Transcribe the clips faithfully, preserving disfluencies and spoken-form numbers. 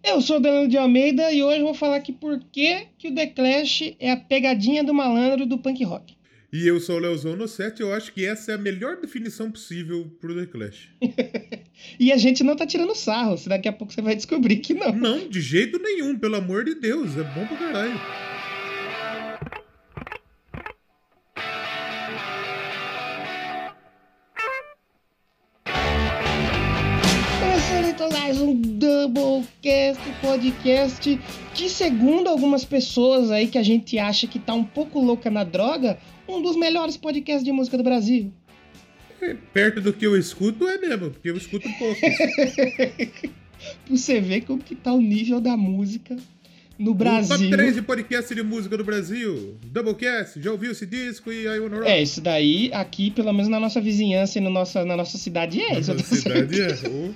Eu sou o Danilo de Almeida e hoje eu vou falar aqui por que, que o The Clash é a pegadinha do malandro do punk rock. E eu sou o Leozão no set, eu acho que essa é a melhor definição possível pro The Clash. E a gente não tá tirando sarro, se daqui a pouco você vai descobrir que não. Não, de jeito nenhum, pelo amor de Deus, é bom pra caralho. Começando então mais um Doublecast podcast que, segundo algumas pessoas aí que a gente acha que tá um pouco louca na droga, um dos melhores podcasts de música do Brasil. É, perto do que eu escuto é mesmo, porque eu escuto pouco. Pra você ver como que tá o nível da música no O Brasil. top três de podcast de música do Brasil. Doublecast, já ouviu esse disco e I Wanna Rock? É, isso daí aqui, pelo menos na nossa vizinhança e no nossa, na nossa cidade é. Na Isso eu tô cidade certeza.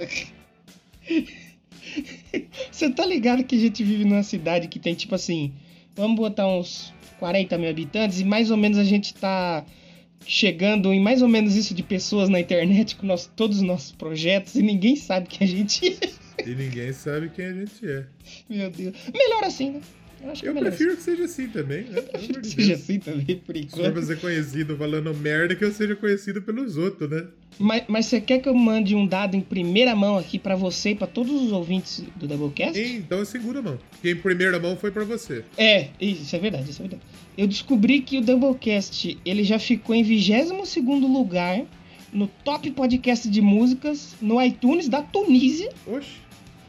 é. Você tá ligado que a gente vive numa cidade que tem tipo assim, vamos botar uns quarenta mil habitantes e mais ou menos a gente tá chegando em mais ou menos isso de pessoas na internet com nós, todos os nossos projetos e ninguém sabe quem a gente é. E ninguém sabe quem a gente é. Meu Deus. Melhor assim, né? Eu, acho que Eu é melhor prefiro assim. que seja assim também, né? Pelo amor de Seja Deus. assim também, por Se for enquanto. pra ser conhecido falando merda, que eu seja conhecido pelos outros, né? Mas, mas você quer que eu mande um dado em primeira mão aqui pra você e pra todos os ouvintes do Doublecast? Então segura a mão. Porque em primeira mão foi pra você. É, isso é verdade, isso é verdade. Eu descobri que o Doublecast, ele já ficou em vigésimo segundo lugar no top podcast de músicas no iTunes da Tunísia. Oxe.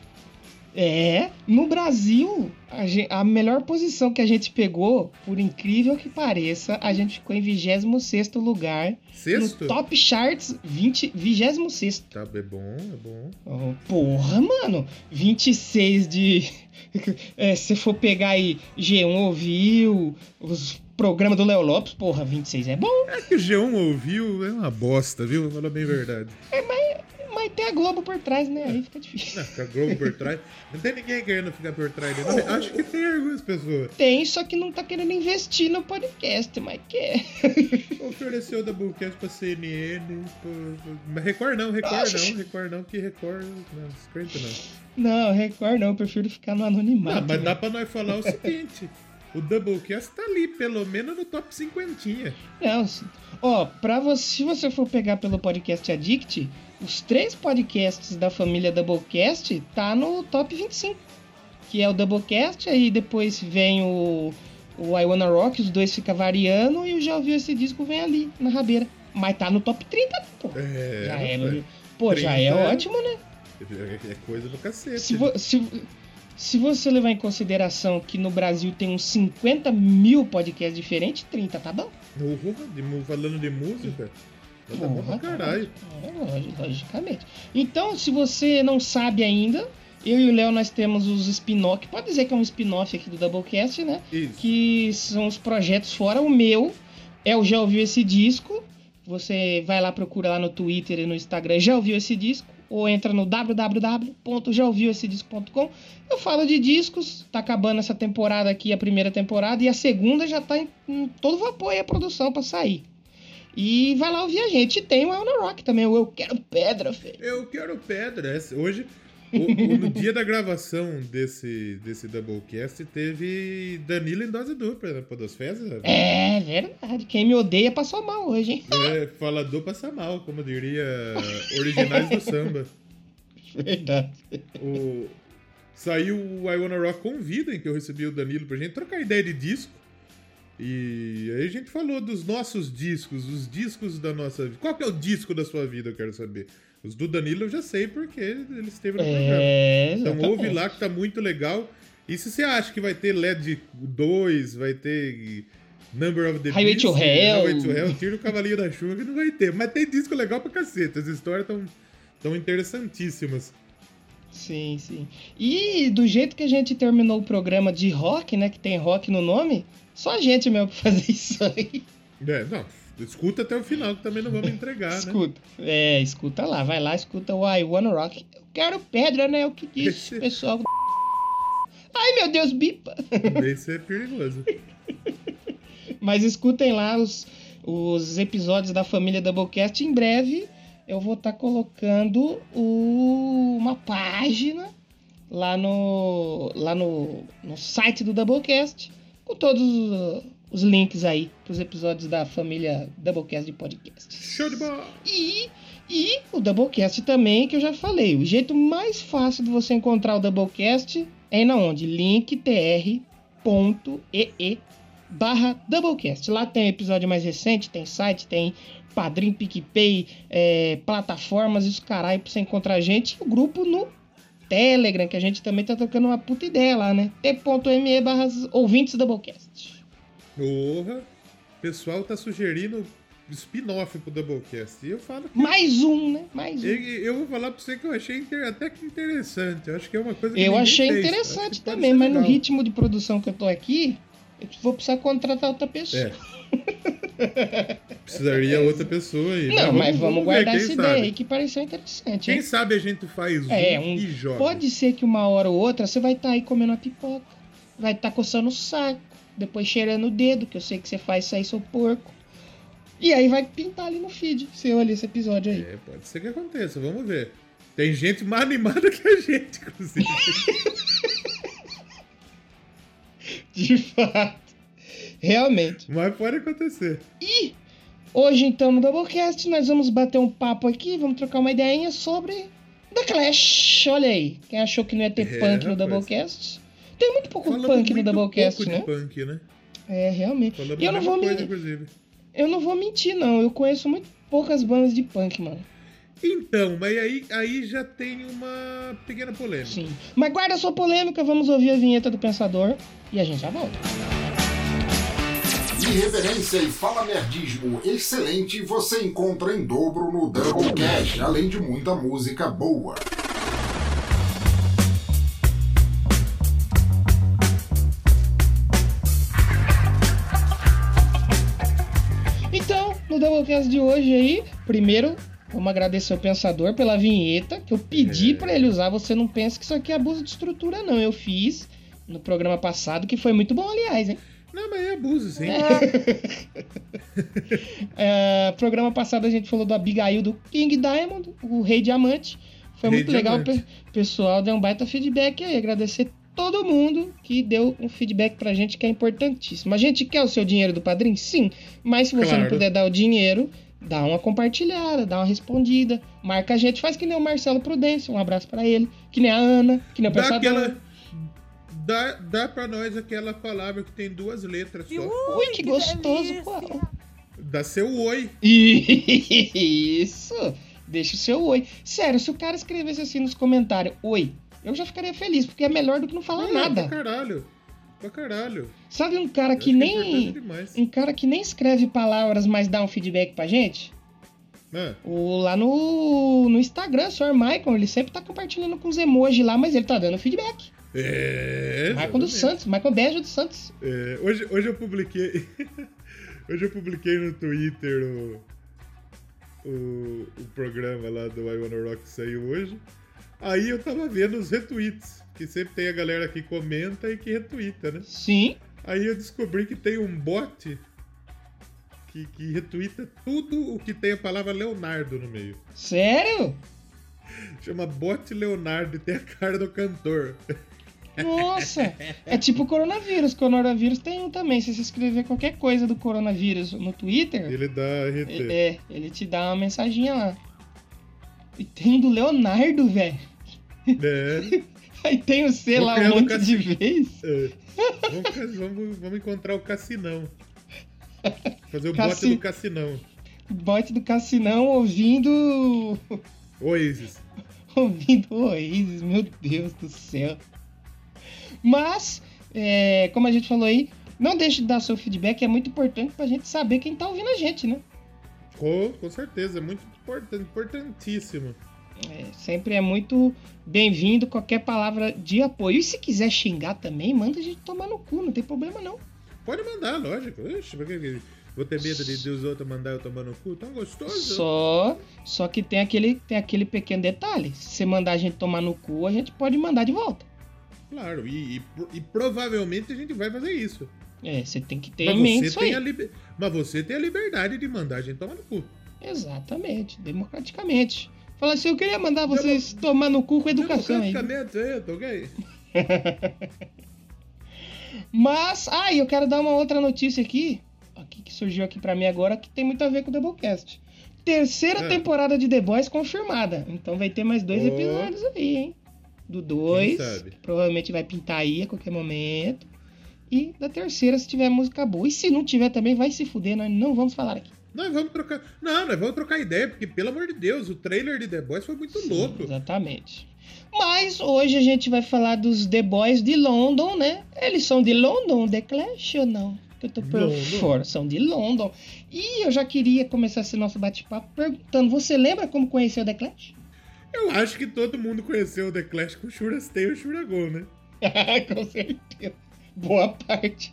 É, no Brasil, a, gen- a melhor posição que a gente pegou, por incrível que pareça, a gente ficou em vigésimo sexto lugar Sexto? no Top Charts vinte, vigésimo sexto. Tá, é bom, é bom. Oh, porra, mano, vinte e seis de... é, se for pegar aí, G um ouviu, os programas do Léo Lopes, porra, vinte e seis é bom. É que o G um ouviu, é uma bosta, viu? Fala bem a verdade. É, mas, mas tem a Globo por trás, né? Aí fica difícil. Não, fica Globo por trás. Não tem ninguém querendo ficar por trás dele. Não, acho que tem algumas pessoas. Tem, só que não tá querendo investir no podcast, mas quer. Ofereceu da Bullcast pra C N N. Pra... Mas Record não, Record não, Record não, que Record. Não, descrente não. Não, Record não, eu prefiro ficar no anonimato. Não, mas né? dá pra nós falar o seguinte: o Doublecast tá ali, pelo menos no top cinquentinha. Não, se- ó, pra você, se você for pegar pelo Podcast Addict, os três podcasts da família Doublecast tá no top vinte e cinco. Que é o Doublecast, aí depois vem o, o I Wanna Rock, os dois ficam variando, e o Já Ouviu Esse Disco vem ali, na rabeira. Mas tá no top trinta, pô. É, Já é, rapaz, pô, já é trinta ótimo, né? É coisa do cacete. Se, vo- se, se você levar em consideração que no Brasil tem uns cinquenta mil podcasts diferentes, trinta tá bom. Uhum, de mu- falando de música, tá bom pra caralho. É, lógi- logicamente. Então, se você não sabe ainda, eu e o Léo nós temos os spin-off, pode dizer que é um spin-off aqui do Doublecast, né? Isso. Que são os projetos fora. O meu é o Já Ouviu Esse Disco. Você vai lá, procura lá no Twitter e no Instagram, Já Ouviu Esse Disco, ou entra no w w w ponto já ouviu esse disco ponto com. Eu falo de discos, tá acabando essa temporada aqui, a primeira temporada, e a segunda já tá em, em todo vapor aí a produção pra sair. E vai lá ouvir a gente. E tem o Elna Rock também, o Eu Quero Pedra, filho. Eu quero pedra. Essa- Hoje, o- o- no dia da gravação desse, desse Doublecast, teve Danilo em dose dupla na Podosfera. É verdade, quem me odeia passou mal hoje, hein? É, falador passa mal, como diria originais do samba. Verdade. O, saiu o I Wanna Rock Convida, em que eu recebi o Danilo pra gente trocar ideia de disco. E aí a gente falou dos nossos discos, os discos da nossa vida. Qual que é o disco da sua vida, eu quero saber. Os do Danilo eu já sei porque ele esteve no programa. É, Então exatamente. ouve lá que tá muito legal. E se você acha que vai ter L E D dois, vai ter Number of the Highway Beast, to Hell. Highway to Hell, Tiro o Cavalinho da Chuva, que não vai ter. Mas tem disco legal pra cacete. As histórias tão, tão interessantíssimas. Sim, sim. E do jeito que a gente terminou o programa de rock, né? Que tem rock no nome, só a gente mesmo pra fazer isso aí. É, não, escuta até o final, que também não vamos entregar, né? Escuta. É, escuta lá, vai lá, escuta o I Wanna Rock. Eu quero pedra, né? É o que disse o pessoal. Ai, meu Deus, bipa. Esse é perigoso. Mas escutem lá os, os episódios da família Doublecast. Em breve eu vou estar colocando o- uma página lá no, lá no, no site do Doublecast, com todos os, os links aí pros episódios da família Doublecast de podcast. Show de bola! E, e o Doublecast também, que eu já falei, o jeito mais fácil de você encontrar o Doublecast é na onde? linktr.ee barra Doublecast. Lá tem episódio mais recente, tem site, tem Padrim, PicPay, é, plataformas, isso caralho, pra você encontrar a gente. E o grupo no Telegram, que a gente também tá trocando uma puta ideia lá, né? t.me barra ouvintes Doublecast. Porra! O pessoal tá sugerindo spin-off pro Doublecast. E eu falo que... Mais um, né? Mais um. Eu, eu vou falar pra você que eu achei inter... até que interessante. Eu acho que é uma coisa que Eu ninguém achei fez. interessante Acho que pode também, ser mas no legal. ritmo de produção que eu tô aqui, eu vou precisar contratar outra pessoa. É. Precisaria outra pessoa aí. Não, mas vamos, ver, guardar quem essa sabe. ideia aí que pareceu interessante. Quem hein? sabe a gente faz um, É, um, e joga. pode ser que uma hora ou outra você vai estar aí comendo uma pipoca, vai estar coçando o saco, depois cheirando o dedo, que eu sei que você faz isso aí, seu porco. E aí vai pintar ali no feed, você olha esse episódio aí. É, pode ser que aconteça, vamos ver. Tem gente mais animada que a gente, inclusive. De fato. Realmente. Mas pode acontecer. E hoje, então, no Doublecast, nós vamos bater um papo aqui, vamos trocar uma ideinha sobre The Clash. Olha aí, quem achou que não ia ter É, punk no rapaz. Doublecast? Tem muito pouco Falamos punk no muito Doublecast, pouco né? de punk, né? É, realmente. Falamos E eu a não, mesma vou coisa, me... inclusive. eu não vou mentir, não. Eu conheço muito poucas bandas de punk, mano. Então, mas aí, aí já tem uma pequena polêmica. Sim. Mas guarda a sua polêmica, vamos ouvir a vinheta do Pensador e a gente já volta. Irreverência e fala nerdismo excelente você encontra em dobro no Doublecast, além de muita música boa. Então, no Doublecast de hoje aí, primeiro, vamos agradecer ao Pensador pela vinheta, que eu pedi É. pra ele usar. Você não pensa que isso aqui é abuso de estrutura, não. Eu fiz no programa passado, que foi muito bom, aliás, hein? Não, mas é abuso, sim. É, programa passado a gente falou do Abigail do King Diamond, o Rei Diamante. Foi Rei muito legal, o Diamante. pe- pessoal deu um baita feedback aí. Agradecer todo mundo que deu um feedback pra gente, que é importantíssimo. A gente quer o seu dinheiro do padrinho? Sim, mas se você Claro. não puder dar o dinheiro, dá uma compartilhada, dá uma respondida, marca a gente, faz que nem o Marcelo Prudêncio, um abraço pra ele, que nem a Ana, que nem o Dá Pensador. aquela... Dá, dá pra nós aquela palavra que tem duas letras só. Ui, que gostoso, qual? Dá seu oi. Isso! Deixa o seu oi. Sério, se o cara escrevesse assim nos comentários, oi, eu já ficaria feliz, porque é melhor do que não falar É, nada. Pra caralho. Pra caralho. Sabe um cara Eu que acho nem. é importante demais. Um cara que nem escreve palavras, mas dá um feedback pra gente? Ah, O, lá no, no Instagram, o senhor Michael, ele sempre tá compartilhando com os emojis lá, mas ele tá dando feedback. é. Michael dos exatamente. Santos, Michael Beijo dos Santos. É, hoje, hoje eu publiquei. Hoje eu publiquei no Twitter o, o, o programa lá do I Wanna Rock que saiu hoje. Aí eu tava vendo os retweets, que sempre tem a galera que comenta e que retweeta, né? Sim. Aí eu descobri que tem um bot que, que retweeta tudo o que tem a palavra Leonardo no meio. Sério? Chama Bot Leonardo e tem a cara do cantor. Nossa! É tipo o coronavírus. Coronavírus tem um também. Se você escrever qualquer coisa do coronavírus no Twitter, Ele dá R T. é, ele te dá uma mensaginha lá. E tem um do Leonardo, velho. É. Aí tem o C Vou lá criar um no monte Cassi- de vez. É. Vamos, vamos, vamos encontrar o Cassinão. Fazer o Cassi- bote do Cassinão. Bote do Cassinão ouvindo. Oasis. ouvindo o Oasis, meu Deus do céu. Mas, é, como a gente falou aí, não deixe de dar seu feedback, é muito importante pra gente saber quem tá ouvindo a gente, né? Com, com certeza, é muito importante, importantíssimo. É, sempre é muito bem-vindo qualquer palavra de apoio. E se quiser xingar também, manda a gente tomar no cu, não tem problema não. Pode mandar, lógico. Ixi, por que que vou ter medo de Deus outros mandar eu tomar no cu? Tão gostoso. Só, só que tem aquele, tem aquele pequeno detalhe. Se você mandar a gente tomar no cu, a gente pode mandar de volta. Claro, e, e, e provavelmente a gente vai fazer isso. É, você tem que ter Mas em mente você, isso tem aí. a liber... Mas você tem a liberdade de mandar a gente tomar no cu. Exatamente, democraticamente. Fala assim, eu queria mandar vocês Demo... tomar no cu com educação aí. aí, tá ok? Mas, ah, eu quero dar uma outra notícia aqui, aqui que surgiu aqui pra mim agora, que tem muito a ver com o Doublecast. Terceira é. temporada de The Boys confirmada. Então vai ter mais dois oh. episódios aí, hein? Do dois, provavelmente vai pintar aí a qualquer momento. E da terceira, se tiver música boa. E se não tiver também, vai se fuder, nós não vamos falar aqui. Nós vamos trocar... Não, nós vamos trocar ideia, porque, pelo amor de Deus, o trailer de The Boys foi muito Sim, louco. Exatamente. Mas hoje a gente vai falar dos The Boys de London, né? Eles são de London, The Clash ou não? Que eu tô por fora, são de London. E eu já queria começar esse nosso bate-papo perguntando, você lembra como conheceu The Clash? Eu acho que todo mundo conheceu o The Clash com o Shurastei e o Shurago, né? Com certeza. Boa parte.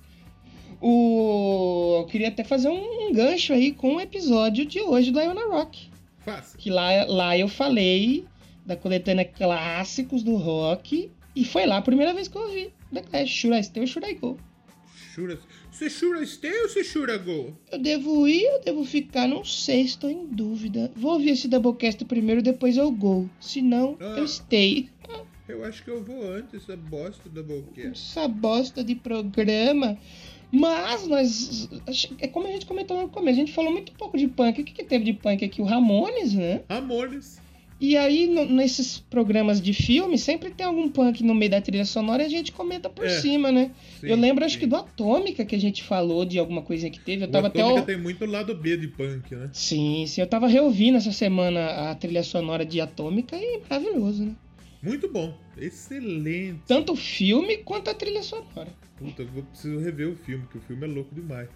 O... Eu queria até fazer um, um gancho aí com o episódio de hoje do Iona Rock. Faça. Que lá, lá eu falei da coletânea clássicos do rock. E foi lá a primeira vez que eu ouvi The Clash, Shurastei ou Shurago. Shura... Você Shurastei ou você Shurago? Eu devo ir, eu devo ficar, não sei, estou em dúvida. Vou ouvir esse Doublecast primeiro, depois eu go. Se não, ah, eu stay. Eu acho que eu vou antes, essa bosta do Doublecast. Essa bosta de programa. Mas nós... É como a gente comentou no começo, a gente falou muito pouco de punk. O que, que teve de punk aqui? O Ramones, né? Ramones. E aí, no, nesses programas de filme, sempre tem algum punk no meio da trilha sonora e a gente comenta por é, cima, né? Sim, eu lembro, sim. acho que do Atômica, que a gente falou de alguma coisinha que teve. Eu o tava Atômica até... tem muito lado B de punk, né? Sim, sim. Eu tava reouvindo essa semana a trilha sonora de Atômica e maravilhoso, né? Muito bom. Excelente. Tanto o filme quanto a trilha sonora. Puta, eu vou preciso rever o filme, porque o filme é louco demais.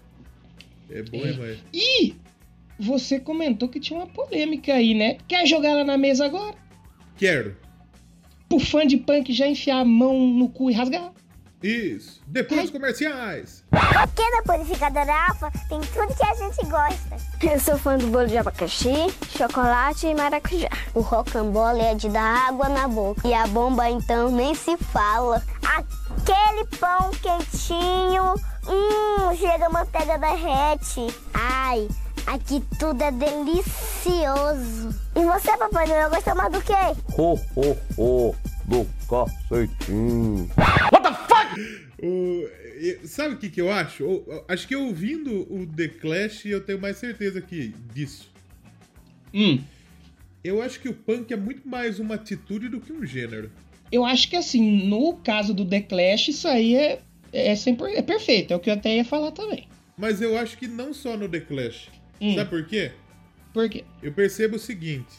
É bom é. demais. E você comentou que tinha uma polêmica aí, né? Quer jogar ela na mesa agora? Quero. Pro fã de punk já enfiar a mão no cu e rasgar? Isso. Depois dos comerciais. Aqui na Purificadora Alfa tem tudo que a gente gosta. Eu sou fã do bolo de abacaxi, chocolate e maracujá. O rocambole é de dar água na boca. E a bomba, então, nem se fala. Aquele pão quentinho, hum, chega a manteiga derrete. Ai, aqui tudo é delicioso. E você, Papai Noel, gosta mais do quê? Ho, ho, ho, do cacetinho. What the fuck? O, sabe o que, que eu acho? Eu, acho que ouvindo o The Clash eu tenho mais certeza que, disso. Hum. Eu acho que o punk é muito mais uma atitude do que um gênero. Eu acho que, assim, no caso do The Clash, isso aí é, é, sempre, é perfeito. É o que eu até ia falar também. Mas eu acho que não só no The Clash. Hum. Sabe por quê? Por quê? Eu percebo o seguinte.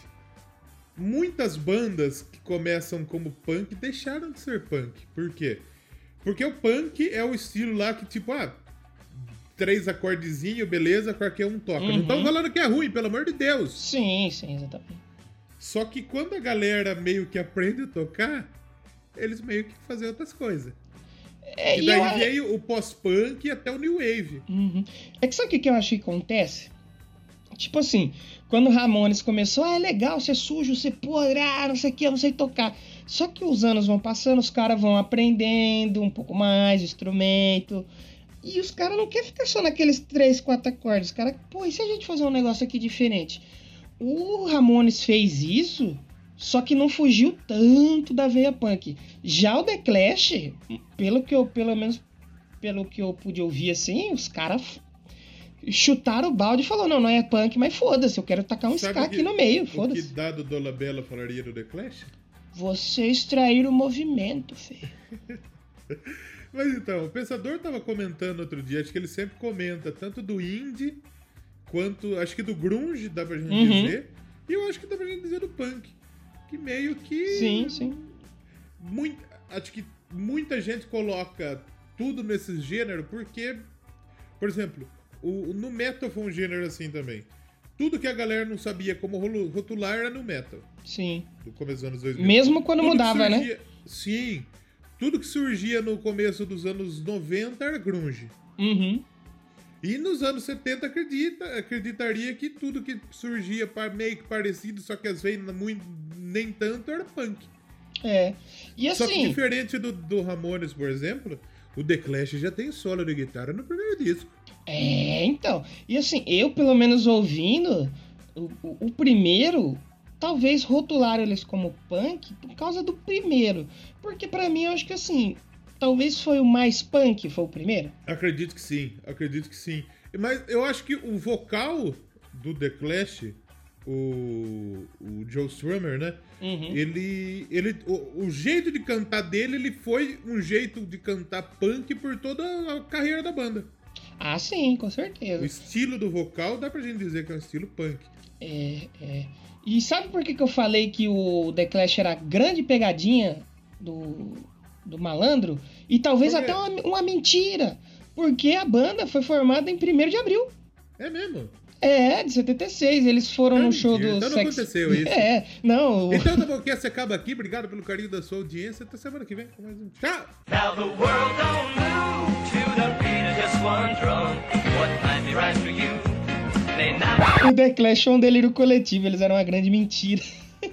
Muitas bandas que começam como punk deixaram de ser punk. Por quê? Porque o punk é o estilo lá que, tipo, ah, três acordezinhos, beleza, qualquer um toca. Uhum. Não estão falando que é ruim, pelo amor de Deus. Sim, sim, exatamente. Só que quando a galera meio que aprende a tocar, eles meio que fazem outras coisas. É, e daí eu... veio o pós-punk e até o new wave. Uhum. É que sabe o que eu acho que acontece? Tipo assim, quando o Ramones começou, ah, é legal, ser sujo, ser podre, ah, não sei o que, eu não sei tocar. Só que os anos vão passando, os caras vão aprendendo um pouco mais o instrumento. E os caras não querem ficar só naqueles três, quatro acordes. Os caras, pô, e se a gente fazer um negócio aqui diferente? O Ramones fez isso, só que não fugiu tanto da veia punk. Já o The Clash, pelo que eu, pelo menos pelo que eu pude ouvir assim, os caras chutaram o balde e falaram, não, não é punk, mas foda-se, eu quero tacar um Sabe ska que, aqui no meio, foda-se. O que Dado Dolabella falaria do The Clash? Você extrair o movimento, filho. Mas então, o Pensador tava comentando outro dia, acho que ele sempre comenta, tanto do indie, quanto, acho que do grunge, dá pra gente uhum. dizer, e eu acho que dá pra gente dizer do punk, que meio que... Sim, sim. Muito, acho que muita gente coloca tudo nesses gêneros, porque, por exemplo, o, no metal foi um gênero assim também. Tudo que a galera não sabia como rotular era no metal. Sim. No começo dos anos dois mil. Mesmo quando tudo mudava, surgia, né? Sim. Tudo que surgia no começo dos anos noventa era grunge. Uhum. E nos anos setenta acredita, acreditaria que tudo que surgia meio que parecido, só que às vezes muito, nem tanto, era punk. É. E assim... Só que diferente do, do Ramones, por exemplo, o The Clash já tem solo de guitarra no primeiro disco. É, então. E assim, eu pelo menos ouvindo, o, o, o primeiro, talvez rotularam eles como punk por causa do primeiro. Porque pra mim, eu acho que assim, talvez foi o mais punk, foi o primeiro. Acredito que sim, acredito que sim. Mas eu acho que o vocal do The Clash, o, o Joe Strummer, né? Uhum. Ele, ele, o, o jeito de cantar dele, ele foi um jeito de cantar punk por toda a carreira da banda. Ah, sim, com certeza. O estilo do vocal dá pra gente dizer que é um estilo punk. É, é. E sabe por que, que eu falei que o The Clash era a grande pegadinha do, do malandro? E talvez até uma, uma mentira. Porque a banda foi formada em primeiro de abril. É mesmo? É, de setenta e seis. Eles foram é no mentira. show do Então Sex... não aconteceu isso. É, não. Então tá bom, que essa acaba aqui. Obrigado pelo carinho da sua audiência. Até semana que vem com mais um. Tchau! Now the world don't move to the beat of just one drum. What might be right for you may not. O The Clash é um delírio coletivo. Eles eram uma grande mentira.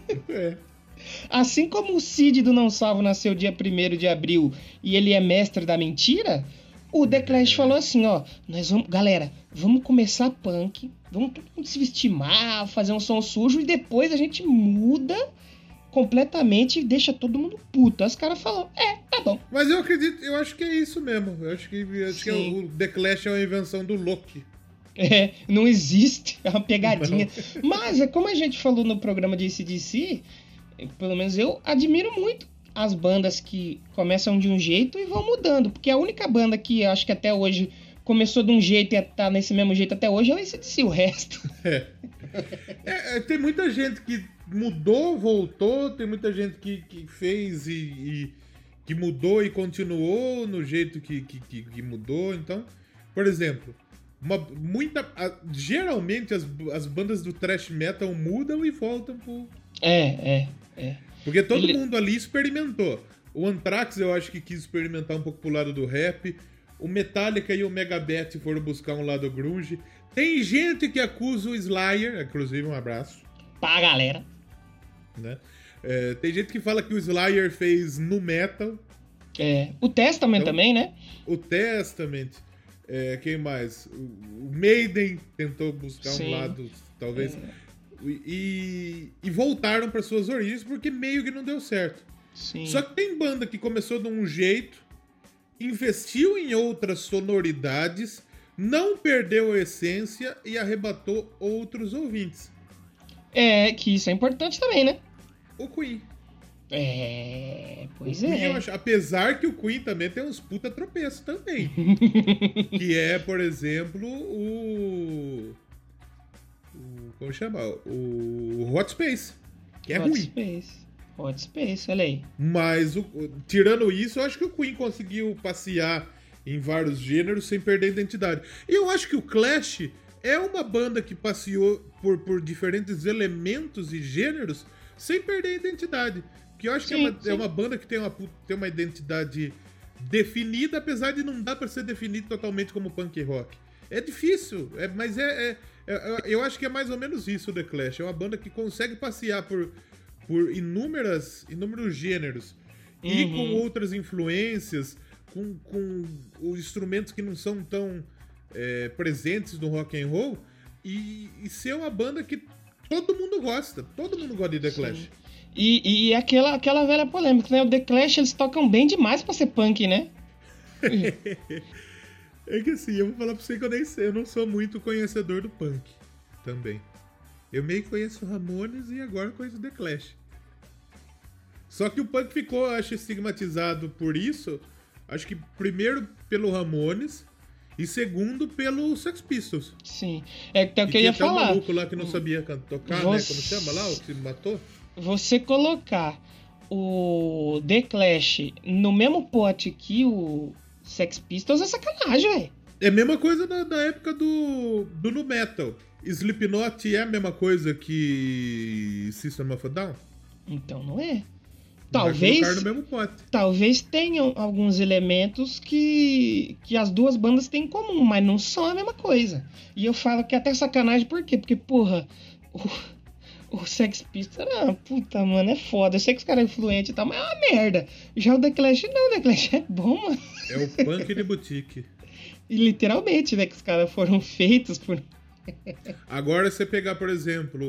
É. Assim como o Cid do Não Salvo nasceu dia primeiro de abril e ele é mestre da mentira, o The Clash falou assim, ó, nós vamos, galera, vamos começar punk, vamos todo mundo se vestir mal, fazer um som sujo e depois a gente muda completamente e deixa todo mundo puto. Aí os caras falaram, é, tá bom. Mas eu acredito, eu acho que é isso mesmo. Eu acho que, eu acho que é o, o The Clash é uma invenção do Loki. É, não existe, é uma pegadinha. Não. Mas, é como a gente falou no programa de A C D C, pelo menos eu admiro muito as bandas que começam de um jeito e vão mudando. Porque a única banda que eu acho que até hoje começou de um jeito e tá nesse mesmo jeito até hoje é o A C D C, o resto. É. É, é, tem muita gente que mudou, voltou, tem muita gente que, que fez e, e que mudou e continuou no jeito que, que, que, que mudou. Então, por exemplo, uma, muita, a, geralmente as, as bandas do thrash metal mudam e voltam pro... É, é, é. Porque todo Ele... mundo ali experimentou. O Anthrax eu acho que quis experimentar um pouco pro lado do rap. O Metallica e o Megadeth foram buscar um lado grunge. Tem gente que acusa o Slayer, inclusive um abraço. Pra galera. Né? É, tem gente que fala que o Slayer fez nu metal. É. O Testament então, também, né? O Testament. É, quem mais? O Maiden tentou buscar Sim. um lado, talvez... É. E, e voltaram para suas origens porque meio que não deu certo. Sim. Só que tem banda que começou de um jeito, investiu em outras sonoridades, não perdeu a essência e arrebatou outros ouvintes. É, que isso é importante também, né? O Queen. É, pois o Queen, é. Eu acho, apesar que o Queen também tem uns puta tropeços também. Que é, por exemplo, o... o como chama? O Hot Space. Que é Hot ruim. Space. Hot Space, olha aí. Mas, o, tirando isso, eu acho que o Queen conseguiu passear em vários gêneros sem perder a identidade. E eu acho que o Clash é uma banda que passeou por, por diferentes elementos e gêneros sem perder a identidade. Que eu acho sim, que é uma, é uma banda que tem uma, tem uma identidade definida, apesar de não dar pra ser definido totalmente como punk rock. É difícil, é, mas é, é, é... Eu acho que é mais ou menos isso o The Clash. É uma banda que consegue passear por... por inúmeras, inúmeros gêneros uhum. e com outras influências, com, com os instrumentos que não são tão é, presentes no rock and roll e, e ser uma banda que todo mundo gosta, todo mundo gosta de The Clash. Sim. E, e aquela, aquela velha polêmica, né? O The Clash, eles tocam bem demais pra ser punk, né? É que assim, eu vou falar pra você que eu nem sei, eu não sou muito conhecedor do punk também. Eu meio que conheço Ramones e agora conheço The Clash. Só que o punk ficou, acho, estigmatizado por isso. Acho que primeiro pelo Ramones e segundo pelo Sex Pistols. Sim, é o que eu ia falar. Tinha um maluco lá que não sabia tocar, Você... né? Como chama lá, o que se matou? Você colocar o The Clash no mesmo pote que o Sex Pistols é sacanagem, velho. É a mesma coisa da, da época do, do nu metal. Slipknot é a mesma coisa que System of a Down? Então não é. Talvez, no mesmo pote. talvez tenham alguns elementos que, que as duas bandas têm em comum, mas não são a mesma coisa. E eu falo que é até sacanagem, por quê? Porque, porra, o, o Sex Pistols, ah, puta, mano, é foda. Eu sei que os caras são influentes e tal, mas é uma merda. Já o The Clash não, o The Clash é bom, mano. É o punk de boutique. E literalmente, né, que os caras foram feitos por... Agora, você pegar, por exemplo,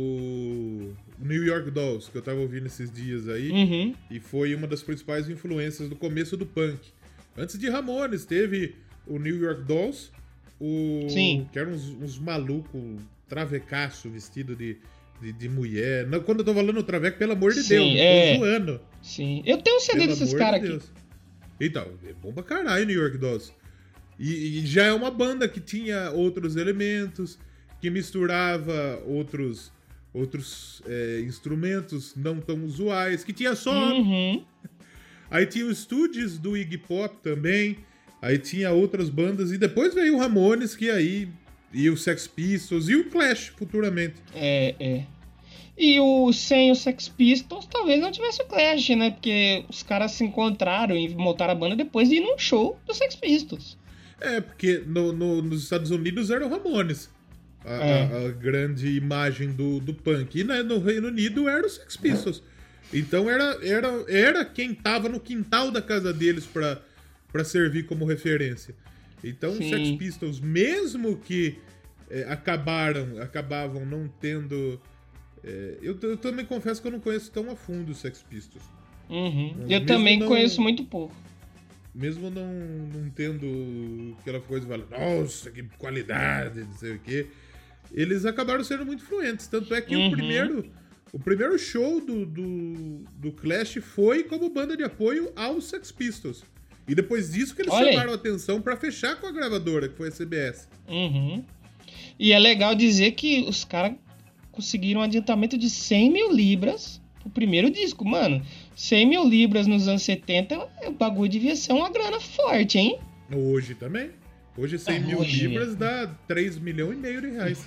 o New York Dolls, que eu tava ouvindo esses dias aí, Uhum. e foi uma das principais influências do começo do punk. Antes de Ramones, teve o New York Dolls, o... Sim. que eram uns, uns malucos, travecaço, vestido de, de, de mulher. Não, quando eu tô falando traveco, pelo amor de Sim, Deus, não tô é. zoando. Sim. Eu tenho um C D Pelo desses amor caras de aqui. Deus. Então, é bom pra caralho New York Dolls. E, e já é uma banda que tinha outros elementos, que misturava outros, outros é, instrumentos não tão usuais, que tinha só... Uhum. Aí tinha os estúdios do Iggy Pop também, aí tinha outras bandas, e depois veio o Ramones, que aí... E o Sex Pistols, e o Clash, futuramente. É, é. E o, sem o Sex Pistols, talvez não tivesse o Clash, né? Porque os caras se encontraram e montaram a banda depois de ir num show do Sex Pistols. É, porque no, no- nos Estados Unidos era o Ramones. A, É. a- a grande imagem do, do punk. E né, no Reino Unido era o Sex Pistols. Então era, era, era quem tava no quintal da casa deles pra, pra servir como referência. Então Sim. os Sex Pistols, mesmo que é, acabaram, acabavam não tendo... é, eu, eu também confesso que eu não conheço tão a fundo os Sex Pistols. Uhum. Mas Eu mesmo também não- conheço muito pouco. Mesmo não, não tendo aquela coisa de falar, nossa, que qualidade, não sei o quê. Eles acabaram sendo muito influentes. Tanto é que Uhum. o primeiro o primeiro show do, do, do Clash foi como banda de apoio aos Sex Pistols. E depois disso que eles Olha aí. chamaram a atenção pra fechar com a gravadora, que foi a C B S. Uhum. E é legal dizer que os caras conseguiram um adiantamento de cem mil libras pro primeiro disco. Mano, cem mil libras nos anos setenta, o bagulho devia ser uma grana forte, hein? Hoje também. Hoje cem mil Hoje. libras dá três milhões e meio de reais.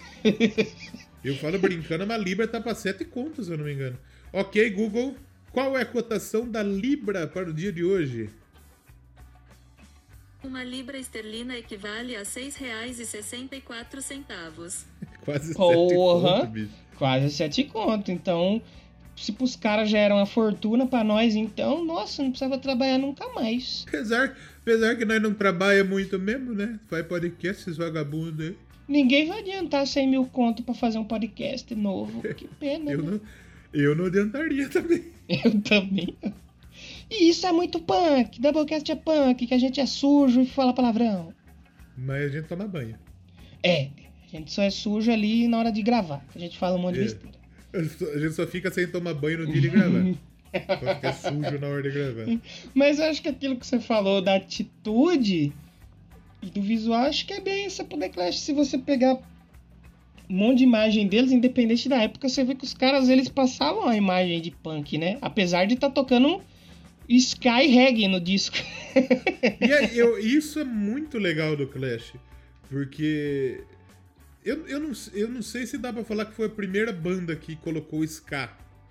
Eu falo brincando, mas a libra tá pra sete contos, se eu não me engano. Ok, Google, qual é a cotação da libra para o dia de hoje? Uma libra esterlina equivale a seis reais e sessenta e quatro centavos. Quase Porra. sete contos, bicho. Quase sete conto. Então, se pros caras já era uma fortuna pra nós, então, nossa, não precisava trabalhar nunca mais. Apesar, apesar que nós não trabalhamos muito mesmo, né? Faz podcast, esses vagabundos aí. Ninguém vai adiantar cem mil conto pra fazer um podcast novo. Que pena, Eu né? não, eu não adiantaria também. Eu também. E isso é muito punk. Doublecast é punk, que a gente é sujo e fala palavrão. Mas a gente toma banho. É, a gente só é sujo ali na hora de gravar. A gente fala um monte de É. besteira. A gente só fica sem tomar banho no dia de gravar. Só fica sujo na hora de gravar. Mas eu acho que aquilo que você falou da atitude e do visual, acho que é bem essa pro The Clash. Se você pegar um monte de imagem deles, independente da época, você vê que os caras, eles passavam a imagem de punk, né? Apesar de estar tocando Sky Reggae no disco. E é- eu- isso é muito legal do Clash. Porque eu, eu, não, eu não sei se dá pra falar que foi a primeira banda que colocou ska.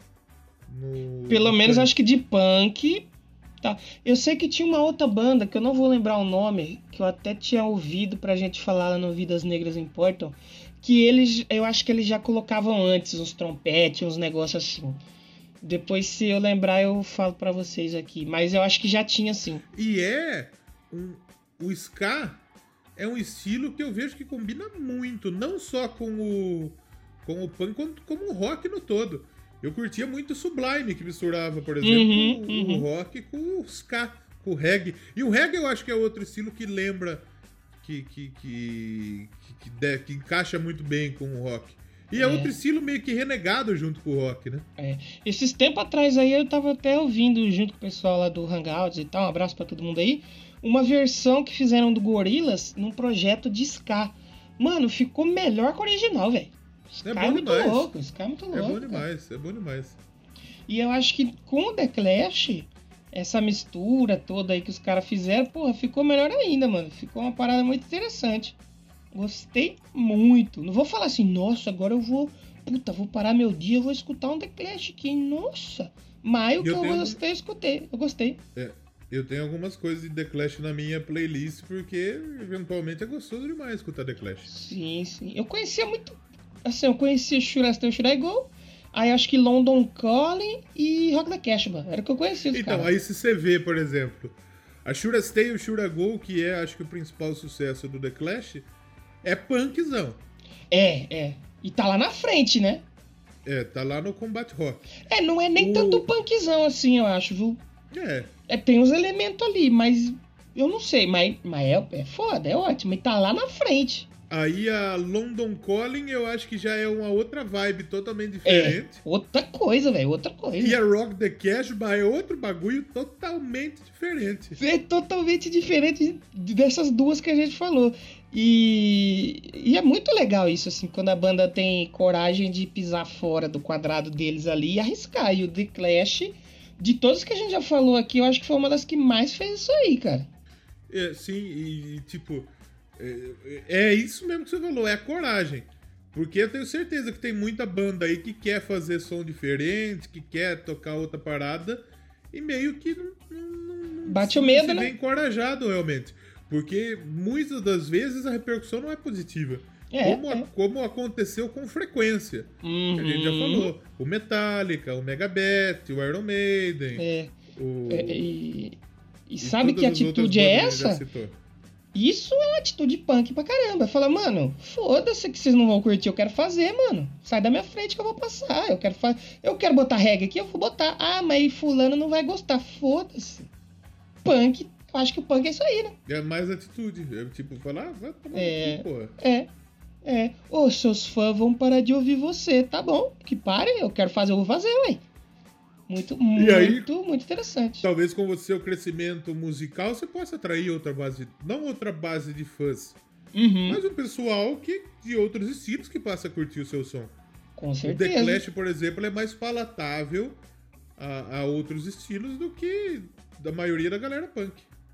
No, Pelo no menos punk. acho que de punk. Tá. Eu sei que tinha uma outra banda, que eu não vou lembrar o nome, que eu até tinha ouvido pra gente falar lá no Vidas Negras Importam, que eles, eu acho que eles já colocavam antes uns trompetes, uns negócios assim. Depois, se eu lembrar, eu falo pra vocês aqui. Mas eu acho que já tinha, sim. E é um, o ska é um estilo que eu vejo que combina muito, não só com o com o punk, quanto como o rock no todo. Eu curtia muito o Sublime, que misturava, por exemplo, Uhum, o, uhum. o rock com o ska, com o reggae. E o reggae eu acho que é outro estilo que lembra, que, que, que, que, que, de- que encaixa muito bem com o rock. E é, É. outro estilo meio que renegado junto com o rock, né? É. Esses tempos atrás aí, eu tava até ouvindo, junto com o pessoal lá do Hangouts e tal, um abraço pra todo mundo aí, uma versão que fizeram do Gorillaz num projeto de ska. Mano, ficou melhor que o original, velho. Ska É é, bom muito demais. louco, Ska é muito louco. É bom cara. demais, é bom demais. E eu acho que com o The Clash, essa mistura toda aí que os caras fizeram, porra, ficou melhor ainda, mano. Ficou uma parada muito interessante. Gostei muito. Não vou falar assim, nossa, agora eu vou... Puta, vou parar meu dia, eu vou escutar um The Clash aqui. Nossa! Mas o que Eu eu tenho- gostei, eu escutei. Eu gostei. É, eu tenho algumas coisas de The Clash na minha playlist, porque eventualmente é gostoso demais escutar The Clash. Sim, sim. Eu conhecia muito... Assim, eu conhecia Should I Stay or Should I Go? Aí acho que London Calling e Rock the Casbah. Era o que eu conhecia dos Então, caras. aí se você vê, por exemplo, a Should I Stay e o Should I Go, que é, acho que o principal sucesso do The Clash, é punkzão. É, é. E tá lá na frente, né? É, tá lá no Combat Rock. É, não é nem O- tanto punkzão assim, eu acho, viu? É, É, tem uns elementos ali, mas eu não sei. Mas, mas é, é foda, é ótimo. E tá lá na frente. aí a London Calling eu acho que já é uma outra vibe totalmente É, diferente. outra coisa, velho, outra coisa. E a Rock the Casbah é outro bagulho totalmente diferente. É totalmente diferente de- dessas duas que a gente falou. E, e é muito legal isso, assim, quando a banda tem coragem de pisar fora do quadrado deles ali e arriscar. E o The Clash, de todos que a gente já falou aqui, eu acho que foi uma das que mais fez isso aí, cara. É, sim, e tipo, é, é isso mesmo que você falou, é a coragem. Porque eu tenho certeza que tem muita banda aí que quer fazer som diferente, que quer tocar outra parada, e meio que não, não, não, Bate o não medo, se né? vê encorajado realmente. Porque muitas das vezes a repercussão não é positiva. É, como, é. como aconteceu com frequência. Uhum. A gente já falou. O Metallica, o Megadeth, o Iron Maiden. É, o... é, e, e e sabe todas que as outras atitude é bandas que a gente já essa? citou. Isso é uma atitude punk pra caramba. Fala, mano, foda-se que vocês não vão curtir, eu quero fazer, mano. Sai da minha frente que eu vou passar. Eu quero, fa... eu quero botar reggae aqui, eu vou botar. Ah, mas fulano não vai gostar. Foda-se. Punk, eu acho que o punk é isso aí, né? É mais atitude. É tipo, falar, ah, vai tomar É. no cu, porra. É, é. Ô, seus fãs vão parar de ouvir você. Tá bom, que parem, eu quero fazer, eu vou fazer, ué. Muito, muito, aí- muito interessante. Talvez com o seu crescimento musical você possa atrair outra base, não outra base de fãs, Uhum, mas um pessoal que, de outros estilos que passa a curtir o seu som. com O The certeza. Clash, por exemplo, é mais palatável a, a outros estilos do que da maioria da galera punk.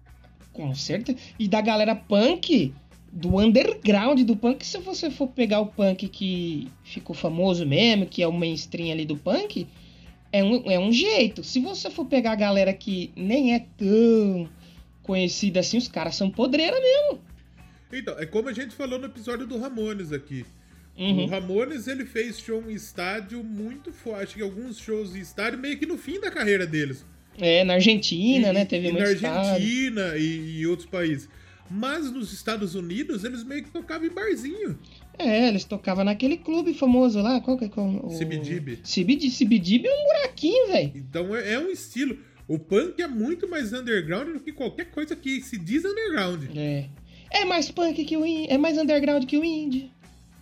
Com certeza. E da galera punk, do underground do punk, se você for pegar o punk que ficou famoso mesmo, que é o mainstream ali do punk, é um, é um jeito. Se você for pegar a galera que nem é tão conhecida assim, os caras são podreira mesmo. Então, é como a gente falou no episódio do Ramones aqui. O Uhum. Ramones, ele fez show em estádio muito forte. Acho que alguns shows em estádio meio que no fim da carreira deles. É, na Argentina, E- né? Teve e muito na estádio. Argentina e, e outros países. Mas nos Estados Unidos, eles meio que tocavam em barzinho. É, eles tocavam naquele clube famoso lá. Qual que é? Qual, o... C B G B. C B G B. C B G B é um buraquinho, velho. Então é, é um estilo. O punk é muito mais underground do que qualquer coisa que se diz underground. É. É mais punk que o indie. É mais underground que o indie.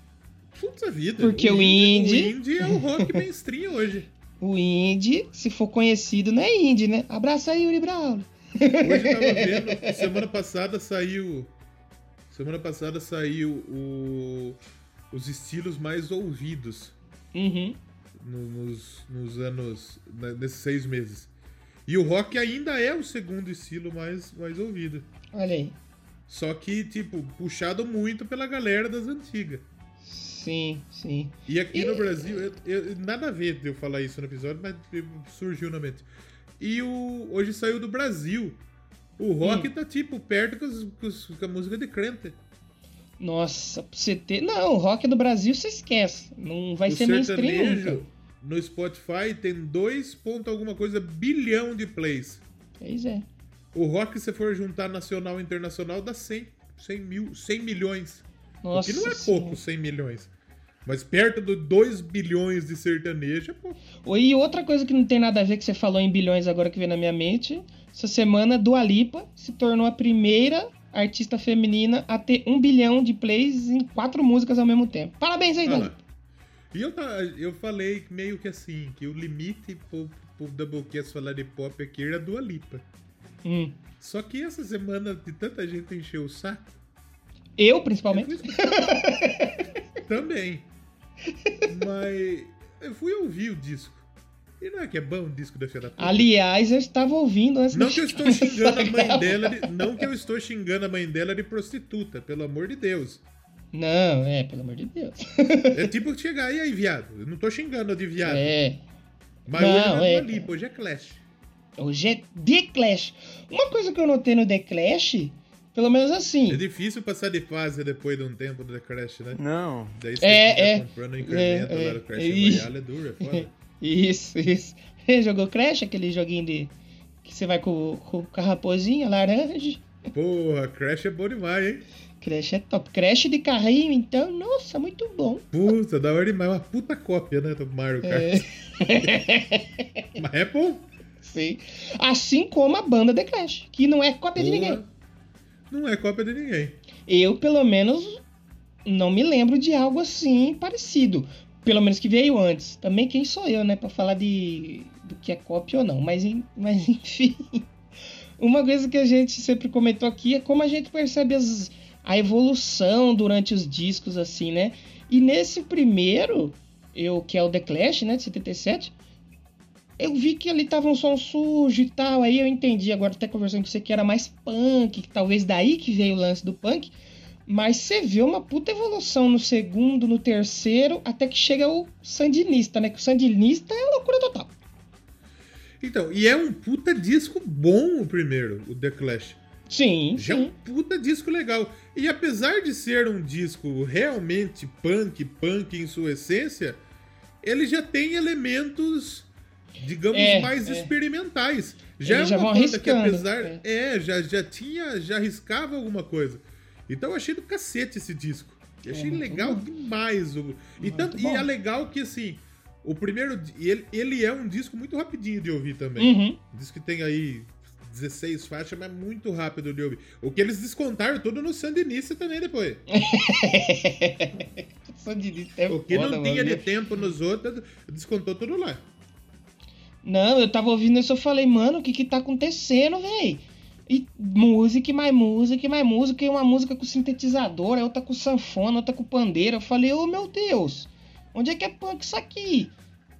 Putz vida. Porque o indie- O indie é o rock mainstream hoje. O indie, se for conhecido, não é indie, né? Abraça aí, Yuri Brown. Hoje eu tava vendo, semana passada saiu. Semana passada saiu o, os estilos mais ouvidos Uhum. no- nos, nos anos. né, nesses seis meses. E o rock ainda é o segundo estilo mais, mais ouvido. Olha aí. Só que, tipo, puxado muito pela galera das antigas. Sim, sim. E aqui no Brasil, eu- eu- nada a ver de eu falar isso no episódio, mas surgiu na mente. E o, hoje saiu do Brasil. O rock Hum. tá, tipo, perto com, os- com os- com a música de crente. Nossa, pra você ter. Não, o rock do Brasil você esquece. Não vai o ser mainstream sertanejo nunca. no Spotify tem dois ponto alguma coisa bilhão de plays. Pois é. O rock, se for juntar nacional e internacional, dá cem, cem mil, cem milhões. Nossa. O que não é Senhora. pouco, cem milhões. Mas perto de dois bilhões de sertanejo é pouco. E outra coisa que não tem nada a ver, que você falou em bilhões agora que veio na minha mente. Essa semana, Dua Lipa se tornou a primeira artista feminina a ter um bilhão de plays em quatro músicas ao mesmo tempo. Parabéns aí, Ah Dua lá. Lipa. E eu, ta- eu falei meio que assim, que o limite pro, pro Doublecast falar de pop aqui era Dua Lipa. Hum. Só que essa semana de tanta gente encheu o saco, Eu, eu principalmente. fui escutar. Também. Mas eu fui ouvir o disco. E não é que é bom o disco da filha da puta? Aliás, eu estava ouvindo antes Não da que eu estou gente xingando a começar mãe gravar. dela, de- não que eu estou xingando a mãe dela de prostituta, pelo amor de Deus. Não, é, pelo amor de Deus. É tipo chegar e aí, viado. Eu não tô xingando de viado. É. Mas Não, hoje não é é, Dua Lipa, hoje é Clash. Hoje é The Clash. Uma coisa que eu notei no The Clash, pelo menos assim. É difícil passar de fase depois de um tempo do The Crash, né? Não. Daí você É, fica é. comprando o incremento É, lá é. do Crash Ih. Royale, é duro, é foda. Isso, isso. Jogou Crash, aquele joguinho de. Que você vai com, com, com a raposinha laranja. Porra, Crash é bom demais, hein? Crash é top. Crash de carrinho, então, nossa, muito bom. Puta, da hora demais. Uma puta cópia, né, do Mario Kart. É. Mas é bom. Sim. Assim como a banda The Clash, que não é cópia de Porra, ninguém. Não é cópia de ninguém. Eu, pelo menos, não me lembro de algo assim parecido. Pelo menos que veio antes. Também quem sou eu, né, pra falar de do que é cópia ou não. Mas, mas enfim. Uma coisa que a gente sempre comentou aqui é como a gente percebe as, a evolução durante os discos, assim, né? E nesse primeiro, eu, que é o The Clash, né, de setenta e sete, eu vi que ali tava um som sujo e tal. Aí eu entendi, agora até conversando com você, que era mais punk, que talvez daí que veio o lance do punk. Mas você vê uma puta evolução no segundo, no terceiro, até que chega o Sandinista, né? Que o Sandinista é loucura total. Então, e é um puta disco bom o primeiro, o The Clash. Sim, Já sim. é um puta disco legal. E apesar de ser um disco realmente punk, punk em sua essência, ele já tem elementos, digamos, É, mais é. experimentais. Já Eles é já uma vão banda que arriscando, apesar... é. É, já, já tinha, já arriscava alguma coisa. Então eu achei do cacete esse disco. Eu achei É, muito legal bom. demais. O... E, tanto, e bom. é legal que, assim, o primeiro... di- Ele, ele é um disco muito rapidinho de ouvir também. Uhum. Diz que tem aí dezesseis faixas, mas é muito rápido de ouvir. O que eles descontaram tudo no Sandinista também depois. Sandinista é O que foda, não tinha mano. de tempo nos outros, descontou tudo lá. Não, eu tava ouvindo isso, eu falei, mano, o que que tá acontecendo, véi? E música, e mais música, e mais música, e uma música com sintetizador, a outra com sanfona, outra com pandeira. Eu falei, ô meu Deus, onde é que é punk isso aqui?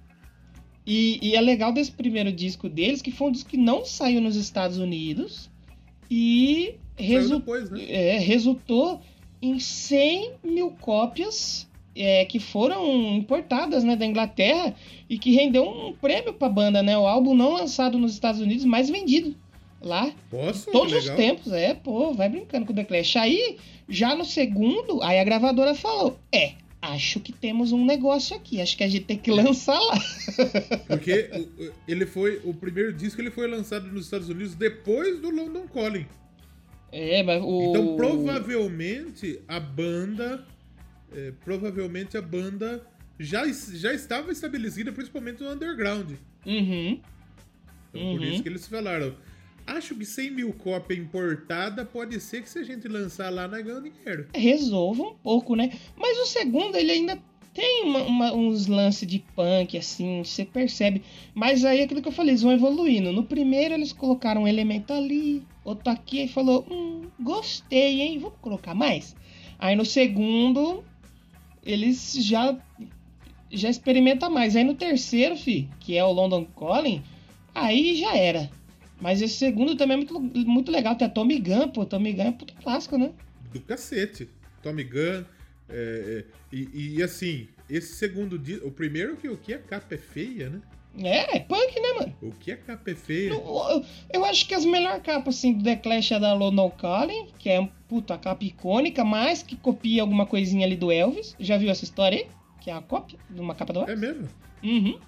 E, e é legal desse primeiro disco deles, que foi um disco que não saiu nos Estados Unidos e resu- depois, né? é, resultou em cem mil cópias é, que foram importadas, né, da Inglaterra e que rendeu um prêmio pra banda, né? O álbum não lançado nos Estados Unidos, mais vendido lá. Posso? Todos Que os legal. tempos, é, pô, vai brincando com o The Clash. Aí, já no segundo, aí a gravadora falou, é, acho que temos um negócio aqui, acho que a gente tem que lançar lá. Porque o- o- ele foi. O primeiro disco ele foi lançado nos Estados Unidos depois do London Calling. É, mas o... Então provavelmente a banda. é, provavelmente a banda já, es- já estava estabelecida, principalmente no underground. Uhum. Então, por Uhum. isso que eles falaram. Acho que cem mil cópias importada pode ser que se a gente lançar lá, nós ganhamos dinheiro. Resolva um pouco, né? Mas o segundo, ele ainda tem uma- uma- uns lances de punk, assim, você percebe. Mas aí, aquilo que eu falei, eles vão evoluindo. No primeiro, eles colocaram um elemento ali, outro aqui, e falou, hum, gostei, hein? Vamos colocar mais? Aí no segundo, eles já, já experimentam mais. Aí no terceiro, fi, que é o London Calling, aí já era. Mas esse segundo também é muito, muito legal. Tem a Tommy Gun, pô. Tommy Gun é puta clássico, né? Do cacete. Tommy Gun. é, é, e, e, assim, esse segundo disco. O primeiro que o que a capa é feia, né? É, é punk, né, mano? O que a capa é feia. Eu, eu- eu acho que as melhores capas, assim, do The Clash é da London Calling, que é, puta, a capa icônica, mas que copia alguma coisinha ali do Elvis. Já viu essa história aí? Que é a cópia de uma capa do Elvis? É mesmo? Uhum.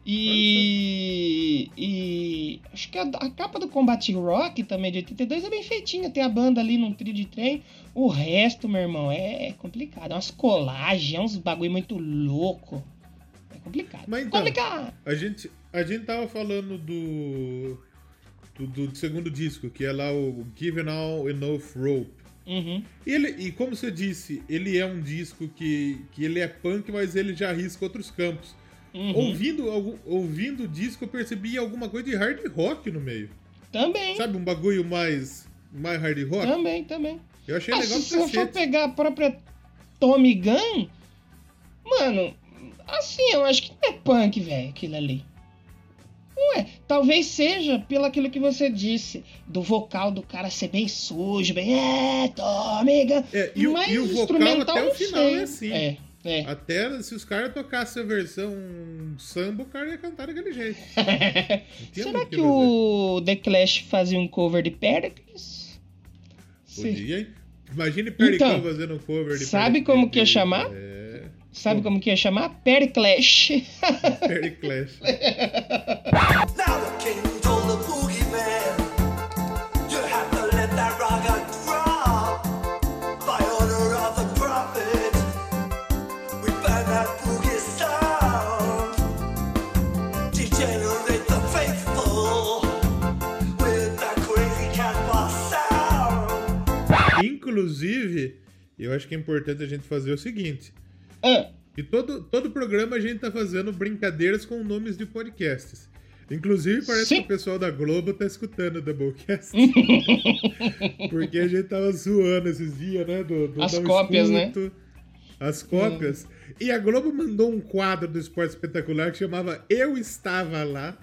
E, e acho que a, a capa do Combat Rock também de oitenta e dois é bem feitinha. Tem a banda ali num trio de trem. O resto, meu irmão, é complicado. É umas colagens, é uns bagulho muito louco. É complicado. Mas então, complicado. a gente, a gente tava falando do, do, do segundo disco, que é lá o Given All Enough Rope. Uhum. E, ele, e como você disse, ele é um disco que, que ele é punk, mas ele já arrisca outros campos. Uhum. Ouvindo, algum- ouvindo o disco, eu percebi alguma coisa de hard rock no meio. Também, Sabe, um bagulho mais, mais hard rock? também, também. Eu achei Ah, legal se pra você for cacete. pegar a própria Tommy Gun, mano, assim, eu acho que não é punk, velho, aquilo ali. Não é. Talvez seja pelo aquilo que você disse, do vocal do cara ser bem sujo, bem, é, Tommy Gun. É, e, o- Mas e o vocal instrumental até o não final sei. é assim. É, é. Até se os caras tocassem a versão samba, o cara ia cantar daquele jeito. Não tinha Será muito que fazer. o The Clash fazia um cover de Pericles? Sim. Podia, hein? Imagine Pericão Então, fazendo um cover de sabe Pericles. como que ia chamar? É, Sabe como que ia chamar? Periclash. Periclash. Now the king told the boogeyman, you have to let that rock out Inclusive, eu acho que é importante a gente fazer o seguinte. Ah, E todo, todo programa a gente tá fazendo brincadeiras com nomes de podcasts. Inclusive, parece Sim. que o pessoal da Globo tá escutando o Doublecast. Porque a gente tava zoando esses dias, né? Do, do As Não cópias, Escuto, As cópias. E a Globo mandou um quadro do Esporte Espetacular que chamava Eu Estava Lá.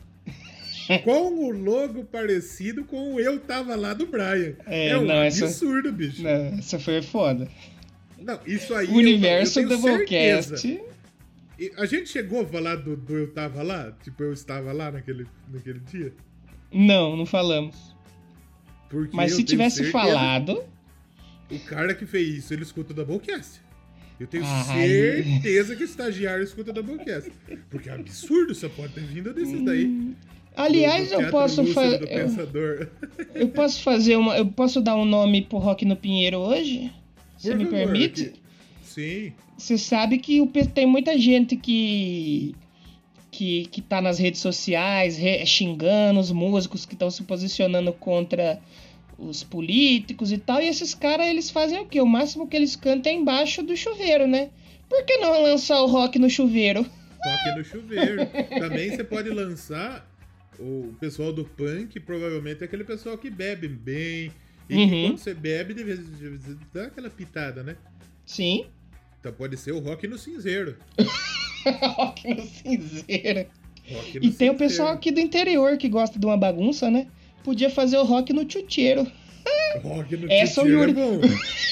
Com o logo parecido com o Eu Tava Lá do Brian. É, É, um não, essa- absurdo, bicho. não, essa foi foda. Não, isso aí. O universo eu, eu tenho Doublecast. certeza. E a gente chegou a falar do, do Eu Tava Lá? Tipo, eu estava lá naquele, naquele dia? Não, não falamos. Porque Mas eu se tenho tivesse certeza- falado. O cara que fez isso, ele escuta o Doublecast. Eu tenho Ai. certeza que o estagiário escuta o Doublecast. Porque é absurdo, só pode ter vindo desses daí. Aliás, Do- do eu Teatro posso Lúcido fazer. do Eu, Pensador. eu posso fazer uma. Eu posso dar um nome pro Rock no Pinheiro hoje? Você Por me favor, permite? que- Sim. Você sabe que o pe- tem muita gente que. Que, que tá nas redes sociais re- xingando os músicos que estão se posicionando contra os políticos e tal. E esses caras, eles fazem o quê? O máximo que eles cantam é embaixo do chuveiro, né? Por que não lançar o rock no chuveiro? Rock no chuveiro. Também você pode lançar o pessoal do punk, provavelmente é aquele pessoal que bebe bem. E que Uhum. quando você bebe, de vez em vez dá aquela pitada, né? Sim. Então pode ser o rock no cinzeiro. Rock no cinzeiro. Rock no E tem o cinzeiro. pessoal aqui do interior que gosta de uma bagunça, né? Podia fazer o rock no chucheiro. Rock no Essa o chucheiro Yuri. é bom.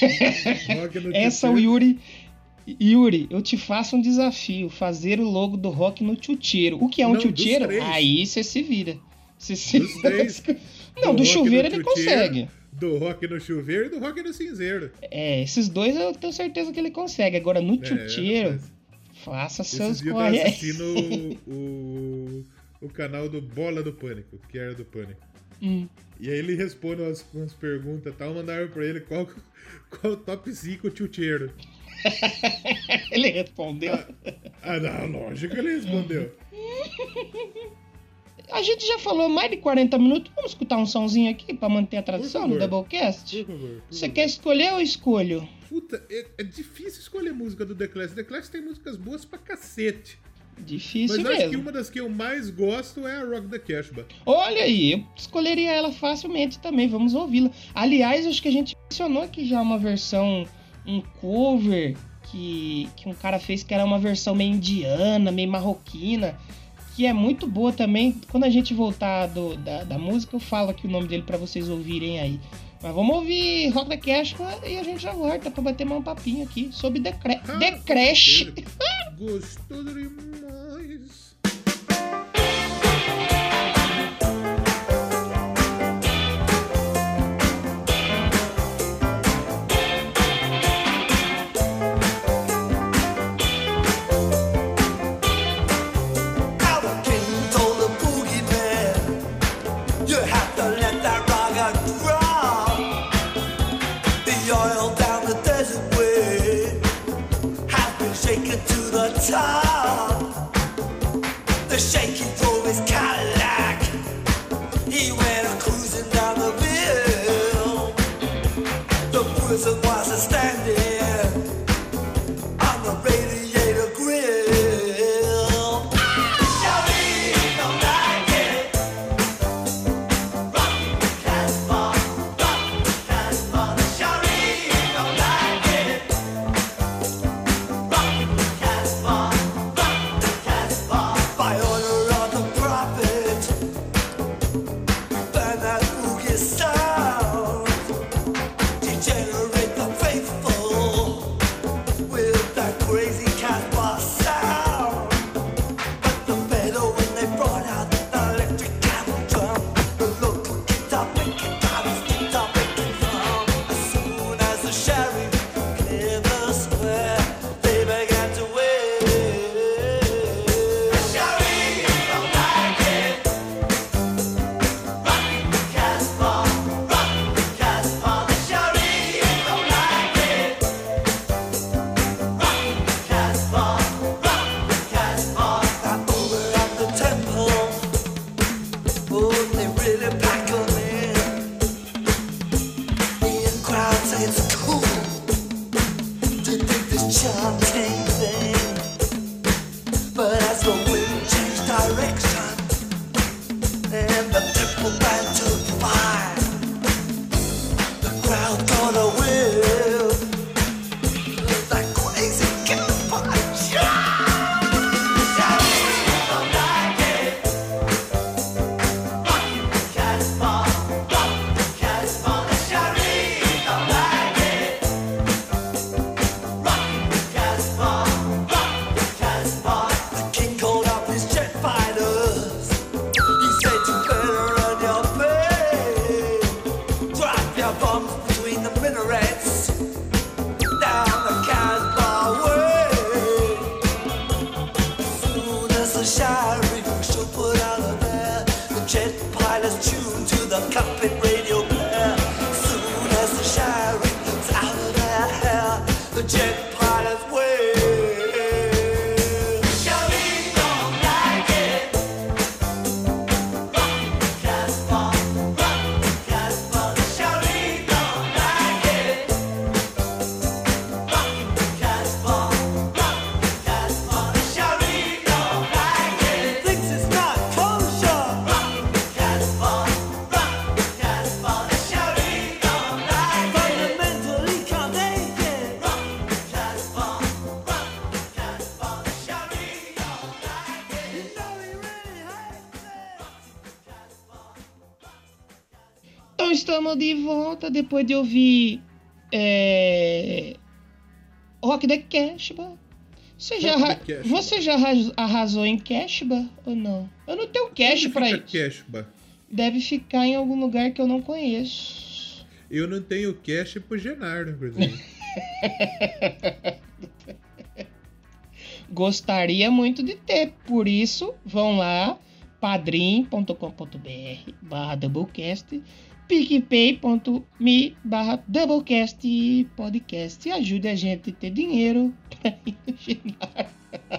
Rock no Essa o chucheiro. Yuri. Yuri, eu te faço um desafio: fazer o logo do rock no chucheiro. O que é um Não, dos chucheiro? três. Aí você se vira. Você se Dos três. Não, do rock chuveiro no ele chucheiro, consegue. Do rock no chuveiro e do rock no cinzeiro. É, esses dois eu tenho certeza que ele consegue. Agora no É, chucheiro, rapaz. faça Esses seus dias eu tava corre. assistindo o, o, o canal do Bola do Pânico, que era do Pânico. Hum. E aí ele responde umas, umas perguntas e tal, mandaram pra ele qual, qual o top cinco chucheiro. Ele respondeu. Ah, não, lógico que ele respondeu. A gente já falou mais de quarenta minutos. Vamos escutar um sonzinho aqui pra manter a tradição favor. do Doublecast? Por favor. por Você favor. quer escolher ou eu escolho? Puta, é, é difícil escolher música do The Clash. The Clash tem músicas boas pra cacete. Difícil Mas eu acho que mesmo. uma das que eu mais gosto é a Rock the Casbah. Olha aí, eu escolheria ela facilmente também. Vamos ouvi-la. Aliás, acho que a gente mencionou aqui já uma versão, um cover que, que um cara fez que era uma versão meio indiana, meio marroquina, que é muito boa também. Quando a gente voltar do, da, da música, eu falo aqui o nome dele pra vocês ouvirem aí. Mas vamos ouvir Rock the Casbah e a gente já volta pra bater mais um papinho aqui sobre The, Cra- Ah, The com Crash. certeza. Gostoso demais. Our king told the boogeyman, you have to let that rocket drop. The oil down the desert way has been shaken to the top. The shaky drove his Cadillac. He went a cruising down the bill. The prison was a standing on the radiator grill. By order of the prophet, burn that boogie sound. Degenerate the faithful with that crazy Casbah sound. But the better when they brought out the electric cattle drum, the local guitar picking guitars, guitar picking drum. As soon as the sheriff cleared the square, they began to wait. It's cool. bums between the minarets down the Casbah way. Soon as the shiring show put out of there, the jet pilots tune to the cockpit radio blare. Soon as the shiring's out of their hair, the jet pilots way. Charlie don't like it. Rock the Casbah, rock the Casbah. Charlie don't like it. Rock the Casbah, rock the Casbah. Charlie don't like it. Thinks it's not kosher. Rock the Casbah, rock the Casbah. Charlie don't like it. Fundamentally can't take it. Rock the Casbah, rock the Casbah. Charlie don't like it. You know he really hates it. Então estamos de volta depois de ouvir é, Rock the Casbah. Você já, Rock arra- the Casbah. você já arras- arrasou em Casbah ou não? Eu não tenho cash Onde pra fica isso. Casbah? Deve ficar em algum lugar que eu não conheço. Eu não tenho cash pro Genaro, inclusive. Gostaria muito de ter, por isso vão lá, padrim.com.br barra Doublecast, picpay.me barra Doublecast podcast e ajude a gente a ter dinheiro pra ir no Genaro.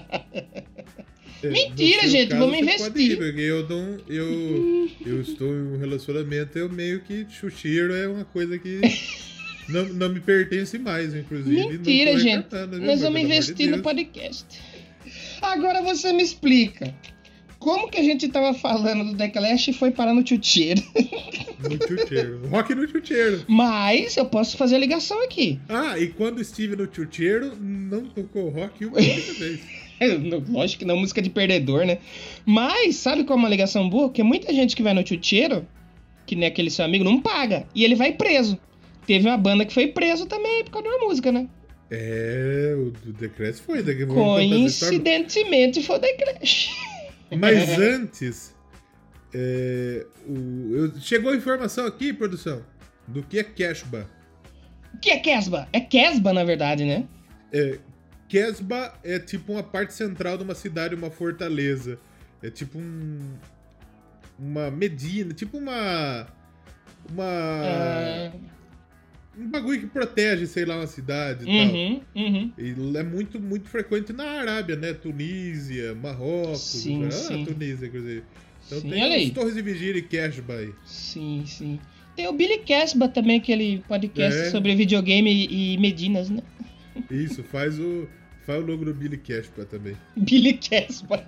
É, Mentira, no seu gente, caso, vamos você investir. pode ir, porque eu, não, eu, eu estou em um relacionamento, eu meio que chuchiro é uma coisa que não, não me pertence mais, inclusive. Mentira, não tô gente. recatando, viu, Nós mas, vamos pelo amor de investir no Deus. podcast. Agora você me explica. Como que a gente tava falando do The Clash e foi parar no chucheiro? No chucheiro. Rock no chucheiro. Mas eu posso fazer a ligação aqui. Ah, e quando estive no chucheiro, não tocou rock uma única vez. Lógico que não, música de perdedor, né? Mas, sabe qual é uma ligação boa? Porque muita gente que vai no chucheiro, que nem aquele seu amigo, não paga. E ele vai preso. Teve uma banda que foi preso também por causa de uma música, né? É, o do The Clash foi. Daqui vamos contar essa história. Coincidentemente foi The Clash. Mas antes, é, o, eu, chegou a informação aqui, produção, do que é Casbah. O que é Casbah? É Casbah, na verdade, né? É, Casbah é tipo uma parte central de uma cidade, uma fortaleza. É tipo um... uma Medina, tipo uma... Uma... Ah, Um bagulho que protege, sei lá, uma cidade e uhum, uhum. tal. E é muito, muito frequente na Arábia, né? Tunísia, Marrocos. Sim, ah, sim. Tunísia, inclusive. Então Sim, tem olha aí. as Torres de Vigília e Casbah aí. Sim, sim. Tem o Billy Casbah também, aquele podcast É. sobre videogame e e Medinas, né? Isso, faz o, faz o logo do Billy Casbah também. Billy Casbah.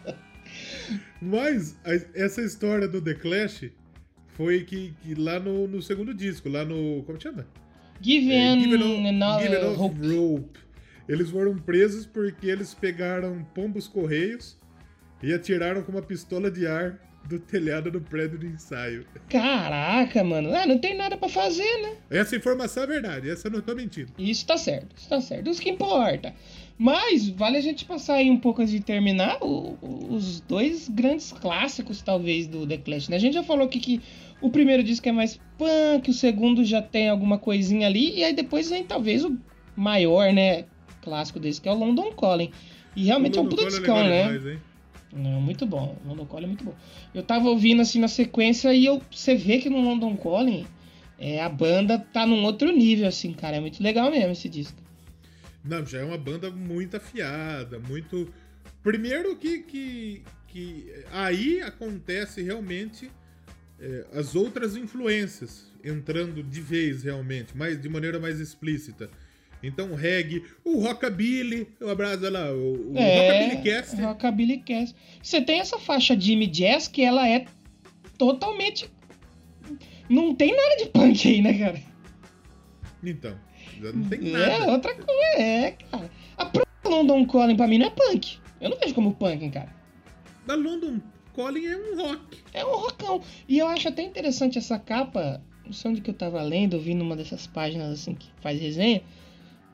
Mas a- essa história do The Clash foi que, que lá no, no segundo disco, lá no... Como chama? Given, É, Given Off- another Given Off hope. Rope. Eles foram presos porque eles pegaram pombos correios e atiraram com uma pistola de ar do telhado do prédio de ensaio. Caraca, mano. Ah, não tem nada pra fazer, né? Essa informação é verdade, essa eu não tô mentindo. Isso tá certo, isso tá certo. Isso que importa. Mas vale a gente passar aí um pouco antes de terminar o- o- os dois grandes clássicos, talvez, do The Clash, né? A gente já falou aqui que o primeiro disco é mais punk, o segundo já tem alguma coisinha ali, e aí depois vem talvez o maior, né, clássico desse, que é o London Calling. E realmente é um London puta Calling é discão, legal né? demais, hein? Não, muito bom. O London Calling é muito bom. Eu tava ouvindo assim na sequência e eu, você vê que no London Calling é, a banda tá num outro nível, assim, cara. É muito legal mesmo esse disco. Não, já é uma banda muito afiada, muito... Primeiro que, que, que aí acontece realmente é, as outras influências entrando de vez realmente, mais, de maneira mais explícita. Então o reggae, o rockabilly, um abraço lá, o, o É, rockabilly cast. Rockabilly Cast. Você tem essa faixa Jimmy Jazz que ela é totalmente... Não tem nada de punk aí, né, cara? Então, já não tem É, nada. outra coisa, é, cara. A própria London Calling pra mim não é punk. Eu não vejo como punk, cara. Da London Calling é um rock. É um rockão. E eu acho até interessante essa capa, não sei onde que eu tava lendo, ouvindo uma dessas páginas assim que faz resenha,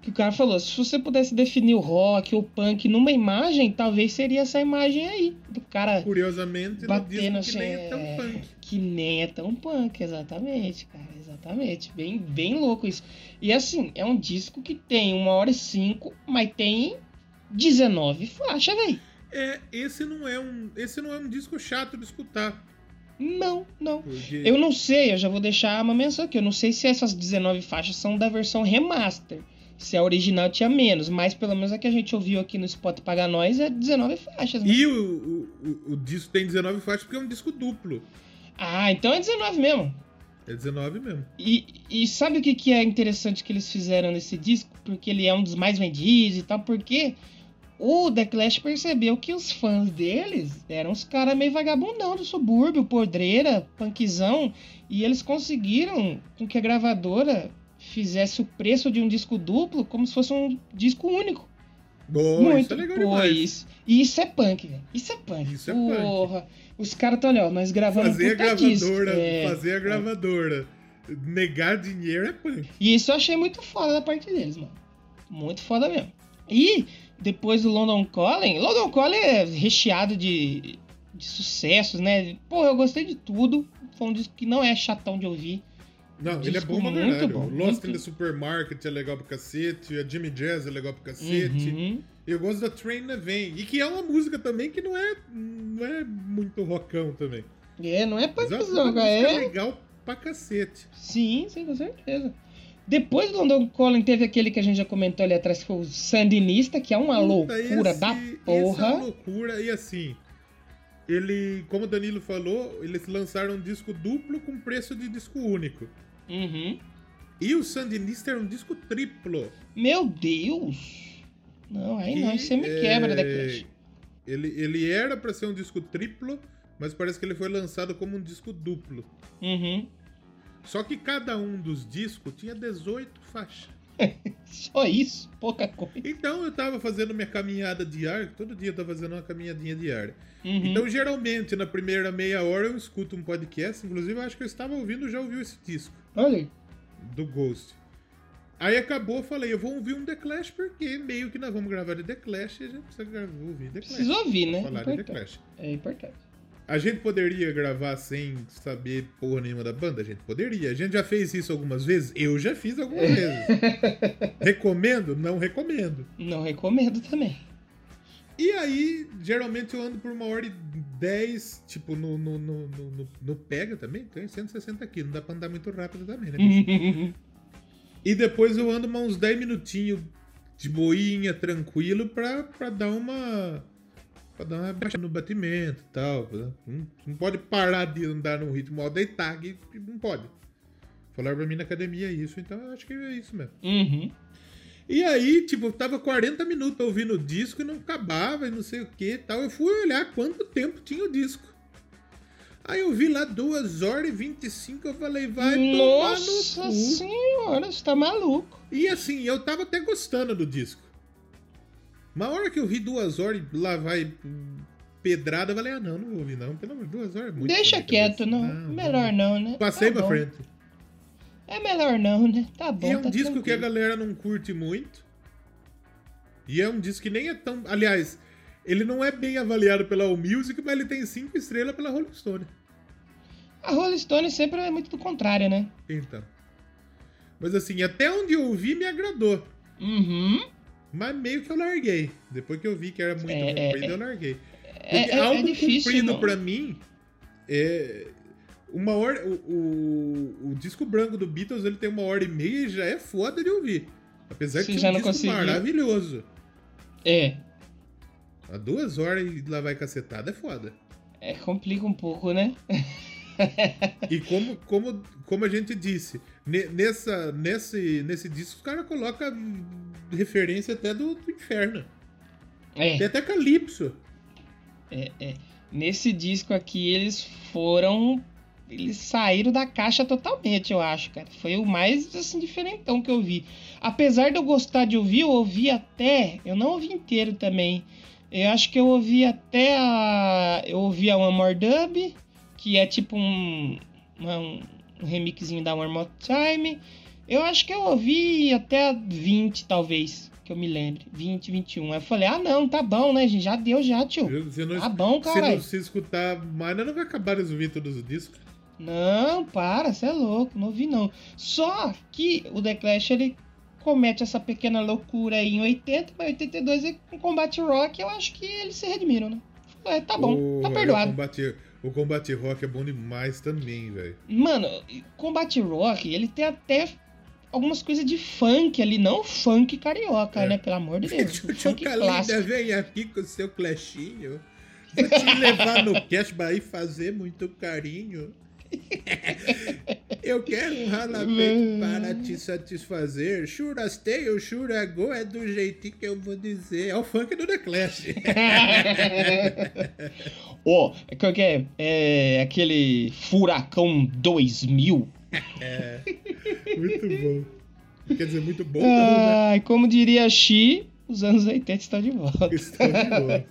Que o cara falou, se você pudesse definir o rock ou o punk numa imagem, talvez seria essa imagem aí. Do cara Curiosamente, batendo no disco que assim, nem é tão é, punk. Que nem é tão punk, exatamente, cara. Exatamente. Bem, bem louco isso. E assim, é um disco que tem uma hora e cinco, mas tem dezenove faixas, velho. É, esse não é um, esse não é um disco chato de escutar. Não, não. Porque... Eu não sei, eu já vou deixar uma menção aqui. Eu não sei se essas dezenove faixas são da versão remaster. Se a original tinha menos, mas pelo menos a que a gente ouviu aqui no Spot Paga Nós é dezenove faixas, né? E o, o, o, o disco tem dezenove faixas porque é um disco duplo. Ah, então é dezenove mesmo. É dezenove mesmo. E, e sabe o que, que é interessante que eles fizeram nesse disco? Porque ele é um dos mais vendidos e tal, porque o The Clash percebeu que os fãs deles eram os caras meio vagabundão do subúrbio, podreira, punkzão, e eles conseguiram com que a gravadora fizesse o preço de um disco duplo como se fosse um disco único. Boa, Muito, isso é legal pô, demais. Isso. E isso é punk, velho. Isso é punk. Isso é Porra. Os caras estão ali, ó, nós gravamos Fazer um a puta gravadora, disco. É, fazer a gravadora, negar dinheiro é punk. E isso eu achei muito foda da parte deles, mano. Muito foda mesmo. E depois do London Calling, London Calling é recheado de, de sucessos, né? Pô, eu gostei de tudo. Foi um disco que não é chatão de ouvir. Não, Um ele é disco bom pra muito caralho. bom, Lost muito- in the Supermarket é legal pra cacete, a Jimmy Jazz é legal pra cacete. Uhum. Eu gosto da Train That Vem. E que é uma música também que não é, não é muito rockão também. É, não é Mas é uma punkzão, música cara. É... legal pra cacete. Sim, sim, com certeza. Depois do London Calling teve aquele que a gente já comentou ali atrás, que foi o Sandinista, que é uma Puta, loucura esse- da Essa porra. loucura. E assim, ele, como o Danilo falou, eles lançaram um disco duplo com preço de disco único. Uhum. E o Sandinista era um disco triplo. Meu Deus! Não, aí não, que, aí você me é, quebra, The Clash. Ele, ele era pra ser um disco triplo, mas parece que ele foi lançado como um disco duplo. Uhum. Só que cada um dos discos tinha dezoito faixas. Só isso, pouca coisa. Então eu tava fazendo minha caminhada diária, todo dia eu tava fazendo uma caminhadinha diária. Uhum. Então geralmente na primeira meia hora eu escuto um podcast, inclusive eu acho que eu estava ouvindo, já ouviu esse disco. Olha aí. Do Ghost. Aí acabou, eu falei, eu vou ouvir um The Clash, porque meio que nós vamos gravar de The Clash e a gente precisa gravar, ouvir The Clash. Precisa ouvir, né? Falar de The Importante. Clash. É importante. A gente poderia gravar sem saber porra nenhuma da banda? A gente poderia. A gente já fez isso algumas vezes? Eu já fiz algumas vezes. Recomendo? Não recomendo. Não recomendo também. E aí, geralmente eu ando por uma hora e dez, tipo, no, no, no, no, no- no pega também. Tem cento e sessenta quilos, não dá pra andar muito rápido também, né, bicho? E depois eu ando uns dez minutinhos de boinha, tranquilo, pra, pra dar uma... Pra dar uma baixa no batimento e tal. Não, não pode parar de andar num ritmo alto, deitar, que não pode. Falaram pra mim na academia isso, então eu acho que é isso mesmo. Uhum. E aí, tipo, eu tava quarenta minutos ouvindo o disco e não acabava e não sei o que e tal. Eu fui olhar quanto tempo tinha o disco. Aí eu vi lá duas horas e vinte e cinco, eu falei, vai tomar no Nossa cu. senhora, você tá maluco. E assim, eu tava até gostando do disco. Uma hora que eu vi duas horas e lá vai hum, pedrada, eu falei, ah não, não vou ouvir não. Pelo amor de Deus, duas horas é muito. Deixa pra minha quieto, cabeça. não. Melhor não, né? Passei Tá pra bom. frente. É melhor não, né? Tá bom, E é um tá disco que a tranquilo. galera não curte muito. E é um disco que nem é tão... Aliás, ele não é bem avaliado pela AllMusic, mas ele tem cinco estrelas pela Rolling Stone. A Rolling Stone sempre é muito do contrário, né? Então. Mas assim, até onde eu ouvi me agradou. Uhum. Mas meio que eu larguei. Depois que eu vi que era muito É, é, comprido, é. eu larguei. É, Porque é- é algo difícil, comprido não. pra mim é... Uma hora... O, o, o disco branco do Beatles, ele tem uma hora e meia e já é foda de ouvir. Apesar Você de ser já um não disco conseguiu? maravilhoso. É. A duas horas e lá vai cacetada é foda. É, complica um pouco, né? E como, como, como a gente disse, ne- nessa, nesse, nesse disco os caras colocam referência até do, do inferno. É. Tem até Calypso. É, é. Nesse disco aqui, eles foram... Eles saíram da caixa totalmente, eu acho, cara. Foi o mais, assim, diferentão que eu vi. Apesar de eu gostar de ouvir, eu ouvi até... Eu não ouvi inteiro também. Eu acho que eu ouvi até a... Eu ouvi a One More Dub, que é tipo um... uma- um, um remixinho da One More Time. Eu acho que eu ouvi até vinte, talvez, que eu me lembre. vinte, vinte e um. Aí eu falei, ah, não, tá bom, né, gente? Já deu, já, tio. Você não, tá bom, se cara. não se escutar mais, não vai acabar de ouvir todos os discos. Não, para, você é louco, não ouvi não. Só que o The Clash, ele comete essa pequena loucura aí em oitenta, mas em oitenta e dois, com Combate Rock, eu acho que eles se redimiram, né? É, tá bom, o, tá perdoado. O combate, o combate Rock é bom demais também, velho. Mano, Combate Rock, ele tem até algumas coisas de funk ali, não funk carioca, é. né? Pelo amor de Deus. Funk clássico. Vem aqui com o seu clashinho. Vou te levar no Cashba e fazer muito carinho. Eu quero um ralapeito para te satisfazer. Churasteio, churagô é do jeitinho que eu vou dizer. É o funk do The Clash. Ó, oh, qual que é? É aquele Furacão dois mil. É, muito bom. Quer dizer, muito bom não, né? Ah, como diria Xi, os anos oitenta estão de volta. Estão de volta.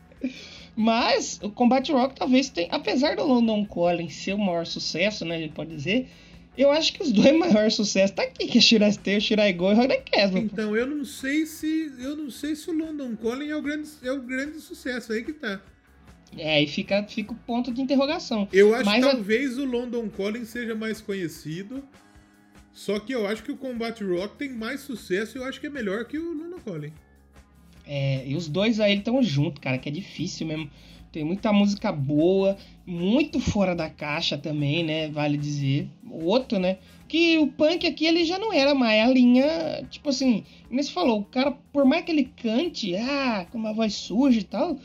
Mas o Combate Rock talvez tenha, apesar do London Calling ser o maior sucesso, né, a gente pode dizer, eu acho que os dois maiores sucessos tá aqui, que é Shirastei, Shiraigo e Rock the Casbah. Então, eu não sei se eu não sei se o London Calling é o grande, é o grande sucesso, aí que tá. É, aí fica, fica o ponto de interrogação. Eu acho Mas que a... talvez o London Calling seja mais conhecido, só que eu acho que o Combate Rock tem mais sucesso e eu acho que é melhor que o London Calling. É, e os dois aí estão juntos, cara, que é difícil mesmo. Tem muita música boa, muito fora da caixa também, né, vale dizer. O outro, né, que o punk aqui, ele já não era mais a linha, tipo assim, como você falou, o cara, por mais que ele cante, ah, com uma voz suja e tal,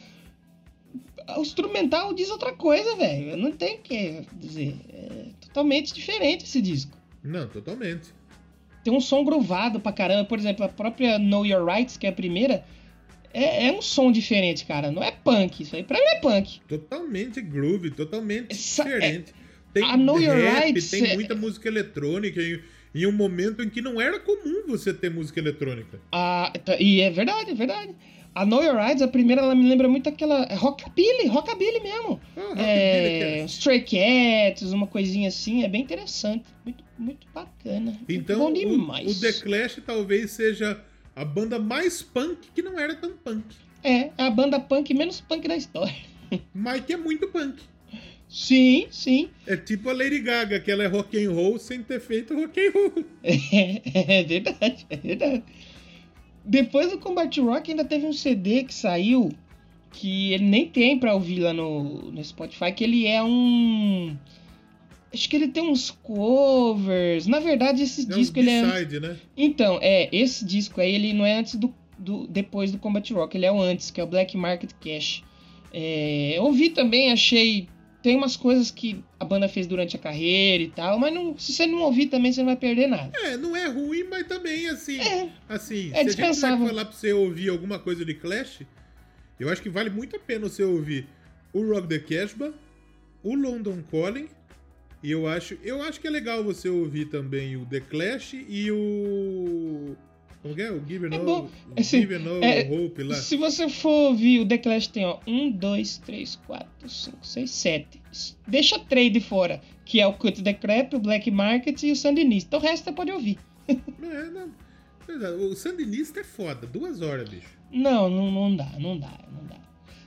o instrumental diz outra coisa, velho. Não tem o que dizer. É totalmente diferente esse disco. Não, totalmente. Tem um som groovado pra caramba. Por exemplo, a própria Know Your Rights, que é a primeira, é, é um som diferente, cara. Não é punk. Isso aí pra mim é punk. Totalmente groove, totalmente Essa, diferente. É, tem a Know Your rap, Rights, tem é, muita música eletrônica em, em um momento em que não era comum você ter música eletrônica. Ah, e é verdade, é verdade. A Know Your Rights, a primeira, ela me lembra muito aquela... É rockabilly, rockabilly mesmo. Ah, rockabilly, é, Stray Cats, uma coisinha assim. É bem interessante. Muito, muito bacana. Então, muito bom demais. O, o The Clash talvez seja a banda mais punk que não era tão punk. É, a banda punk menos punk da história. Mas que é muito punk. Sim, sim. É tipo a Lady Gaga, que ela é rock and roll sem ter feito rock and roll. É, é verdade, é verdade. Depois do Combat Rock ainda teve um C D que saiu, que ele nem tem pra ouvir lá no, no Spotify, que ele é um... Acho que ele tem uns covers. Na verdade, esse é disco um ele é... B-side, né? Então, é, esse disco aí, ele não é antes do... do depois do Combat Rock, ele é o antes, que é o Black Market Cash. É, eu ouvi também, achei... Tem umas coisas que a banda fez durante a carreira e tal, mas não, se você não ouvir também, você não vai perder nada. É, não é ruim, mas também, assim... É, assim é se dispensável. a gente falar pra você ouvir alguma coisa de Clash, eu acho que vale muito a pena você ouvir o Rock the Casbah, o London Calling, e eu acho, eu acho que é legal você ouvir também o The Clash e o... Como que é? O Give É No, bom. o Assim, Give No é, Hope lá. Se você for ouvir o The Clash, tem ó, um, dois, três, quatro, cinco, seis, sete. Deixa três de fora, que é o Cut the Crap, o Black Market e o Sandinista. O resto você pode ouvir. É, não. O Sandinista é foda, duas horas, bicho. Não, não, não dá, não dá, não dá.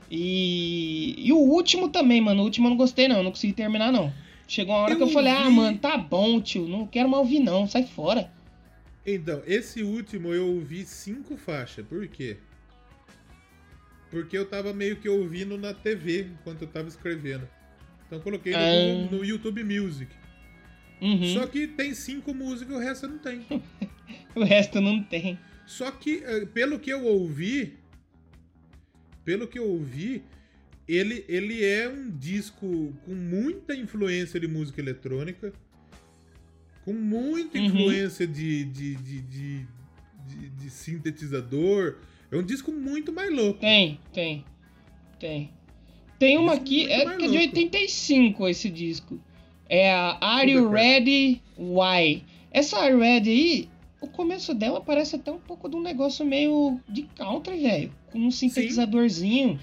E, e o último também, mano. O último eu não gostei, não. Eu não consegui terminar, não. Chegou uma hora eu que eu falei, vi... ah, mano, tá bom, tio. Não quero mais ouvir, não. Sai fora. Então, esse último eu ouvi cinco faixas. Por quê? Porque eu tava meio que ouvindo na T V enquanto eu tava escrevendo. Então eu coloquei no, ah. no YouTube Music. Uhum. Só que tem cinco músicas e o resto não tem. O resto não tem. Só que, pelo que eu ouvi, pelo que eu ouvi, ele, ele é um disco com muita influência de música eletrônica, com muita uhum. influência de, de, de, de, de, de sintetizador. É um disco muito mais louco. Tem, tem, tem. Tem uma aqui, é, que é de oitenta e cinco esse disco. É a Are You Ready? Why? Essa Are You Ready aí, o começo dela parece até um pouco de um negócio meio de country, velho. Com um sintetizadorzinho.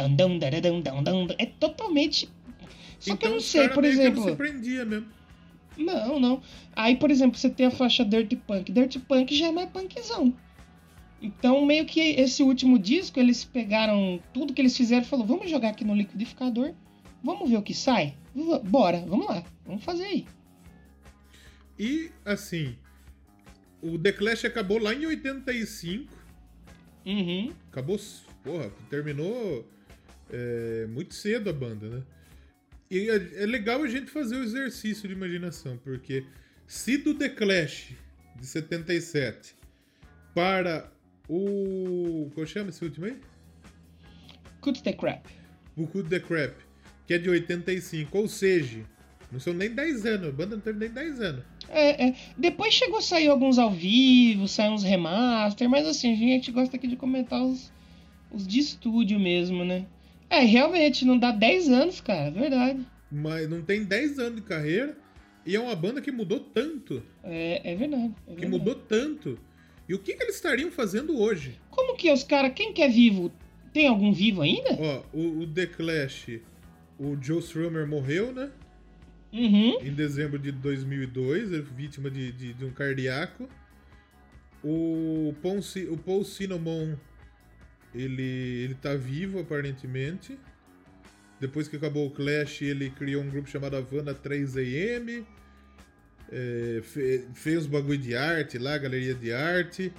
É totalmente... Só então, que eu não sei, por meio exemplo... Que não se prendia mesmo. Não, não. Aí, por exemplo, você tem a faixa Dirty Punk. Dirty Punk já é mais punkzão. Então, meio que esse último disco, eles pegaram tudo que eles fizeram e falaram, vamos jogar aqui no liquidificador, vamos ver o que sai? V- Bora, vamos lá, vamos fazer aí. E, assim, o The Clash acabou lá em oitenta e cinco. Uhum. Acabou, porra, terminou é, muito cedo a banda, né? E é, é legal a gente fazer o exercício de imaginação, porque se do The Clash de setenta e sete para o... Qual chama esse último aí? Cut the Crap. O Cut the Crap, que é de oitenta e cinco, ou seja, não são nem dez anos, a banda não teve nem dez anos. É, é. Depois chegou a sair alguns ao vivo, saiu uns remaster, mas assim, a gente gosta aqui de comentar os, os de estúdio mesmo, né? É, realmente, não dá dez anos, cara, é verdade. Mas não tem dez anos de carreira e é uma banda que mudou tanto. É, é verdade. É que verdade. mudou tanto. E o que, que eles estariam fazendo hoje? Como que os caras, quem que é vivo? Tem algum vivo ainda? Ó, o, o The Clash, o Joe Strummer morreu, né? Uhum. Em dezembro de dois mil e dois, vítima de, de, de um cardíaco. O Paul, o Paul Cinnamon, ele, ele tá vivo, aparentemente. Depois que acabou o Clash, ele criou um grupo chamado Havana três A M. É, fe, fez bagulho de arte lá, galeria de arte.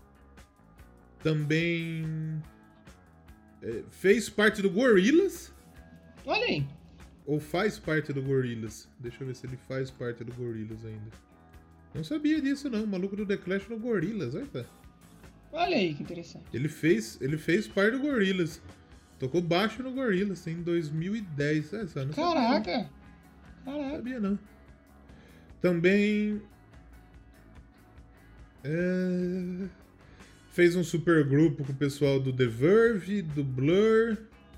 Também é, fez parte do Gorillaz. Olha aí. Ou faz parte do Gorillaz. Deixa eu ver se ele faz parte do Gorillaz ainda. Não sabia disso não, o maluco do The Clash no Gorillaz, olha. Olha aí, que interessante. Ele fez, ele fez parte do Gorillaz. Tocou baixo no Gorillaz em dois mil e dez. É, só não Caraca! Sabia, não. Caraca! Sabia não. Também é, fez um super grupo com o pessoal do The Verve, do Blur.